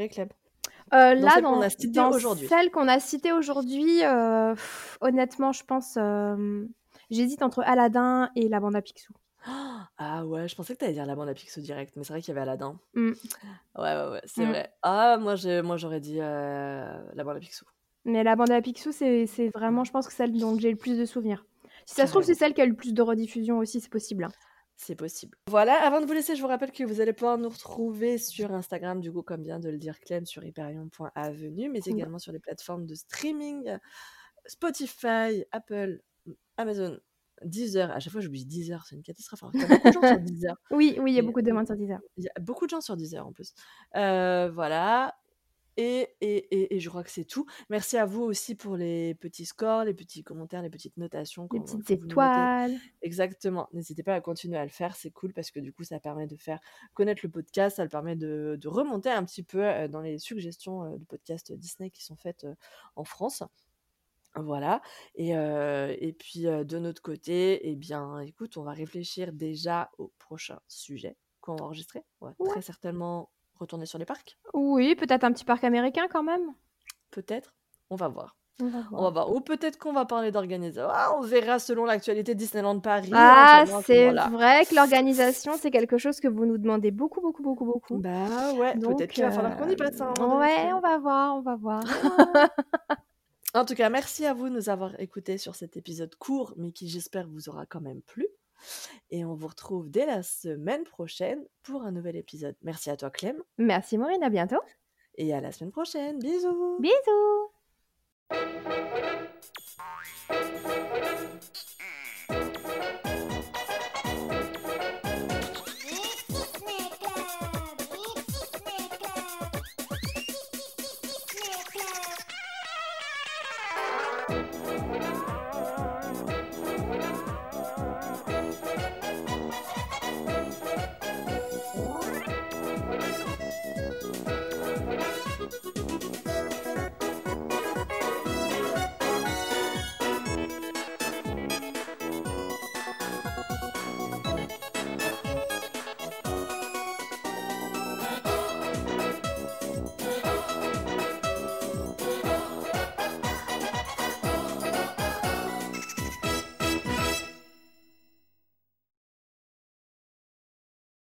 Dans Là, celles qu'on a citées aujourd'hui. celles qu'on a citées aujourd'hui, honnêtement, je pense, j'hésite entre Aladdin et la bande à Picsou. Ah ouais, je pensais que tu allais dire la bande à Picsou direct, mais c'est vrai qu'il y avait Aladdin. Mmh. Ouais, c'est Mmh. vrai. Ah, moi j'aurais dit la bande à Picsou. Mais la bande à Picsou, c'est vraiment, je pense que celle dont j'ai le plus de souvenirs. Si ça se trouve, c'est Carrément. celle qui a eu le plus de rediffusions aussi, c'est possible, hein. C'est possible. Voilà, avant de vous laisser, je vous rappelle que vous allez pouvoir nous retrouver sur Instagram, du coup, comme vient de le dire Clem, sur hyperion.avenue, mais Cool. également sur les plateformes de streaming, Spotify, Apple, Amazon, Deezer. À chaque fois, j'oublie Deezer, c'est une catastrophe. Alors, il y a beaucoup de gens sur Deezer. Oui, il y a Mais beaucoup de demandes sur Deezer. il y a beaucoup de gens sur Deezer en plus. Voilà. Et je crois que c'est tout. Merci à vous aussi pour les petits scores, les petits commentaires, les petites notations Les quand petites vous nous notez. étoiles. Exactement. N'hésitez pas à continuer à le faire, c'est cool parce que du coup, ça permet de faire connaître le podcast, ça le permet de remonter un petit peu dans les suggestions de podcasts Disney qui sont faites en France. Voilà. Et puis de notre côté, eh bien, écoute, on va réfléchir déjà au prochain sujet qu'on va enregistrer. On va Ouais. très certainement retourner sur les parcs. Oui, peut-être un petit parc américain quand même. Peut-être. On va voir. On va On va voir. voir. Ou peut-être qu'on va parler d'organisation. Ah, on verra selon l'actualité de Disneyland Paris. Ah, éventuellement, à ce c'est moment-là. vrai que l'organisation, c'est quelque chose que vous nous demandez beaucoup. Bah ouais, peut-être Donc, qu'il va falloir qu'on y passe à un moment donné, ouais, Clem. on va voir. En tout cas, merci à vous de nous avoir écoutés sur cet épisode court, mais qui j'espère vous aura quand même plu. Et on vous retrouve dès la semaine prochaine pour un nouvel épisode. Merci à toi, Clem. Merci Maureen, à bientôt. Et à la semaine prochaine. Bisous. Bisous. Disney Club.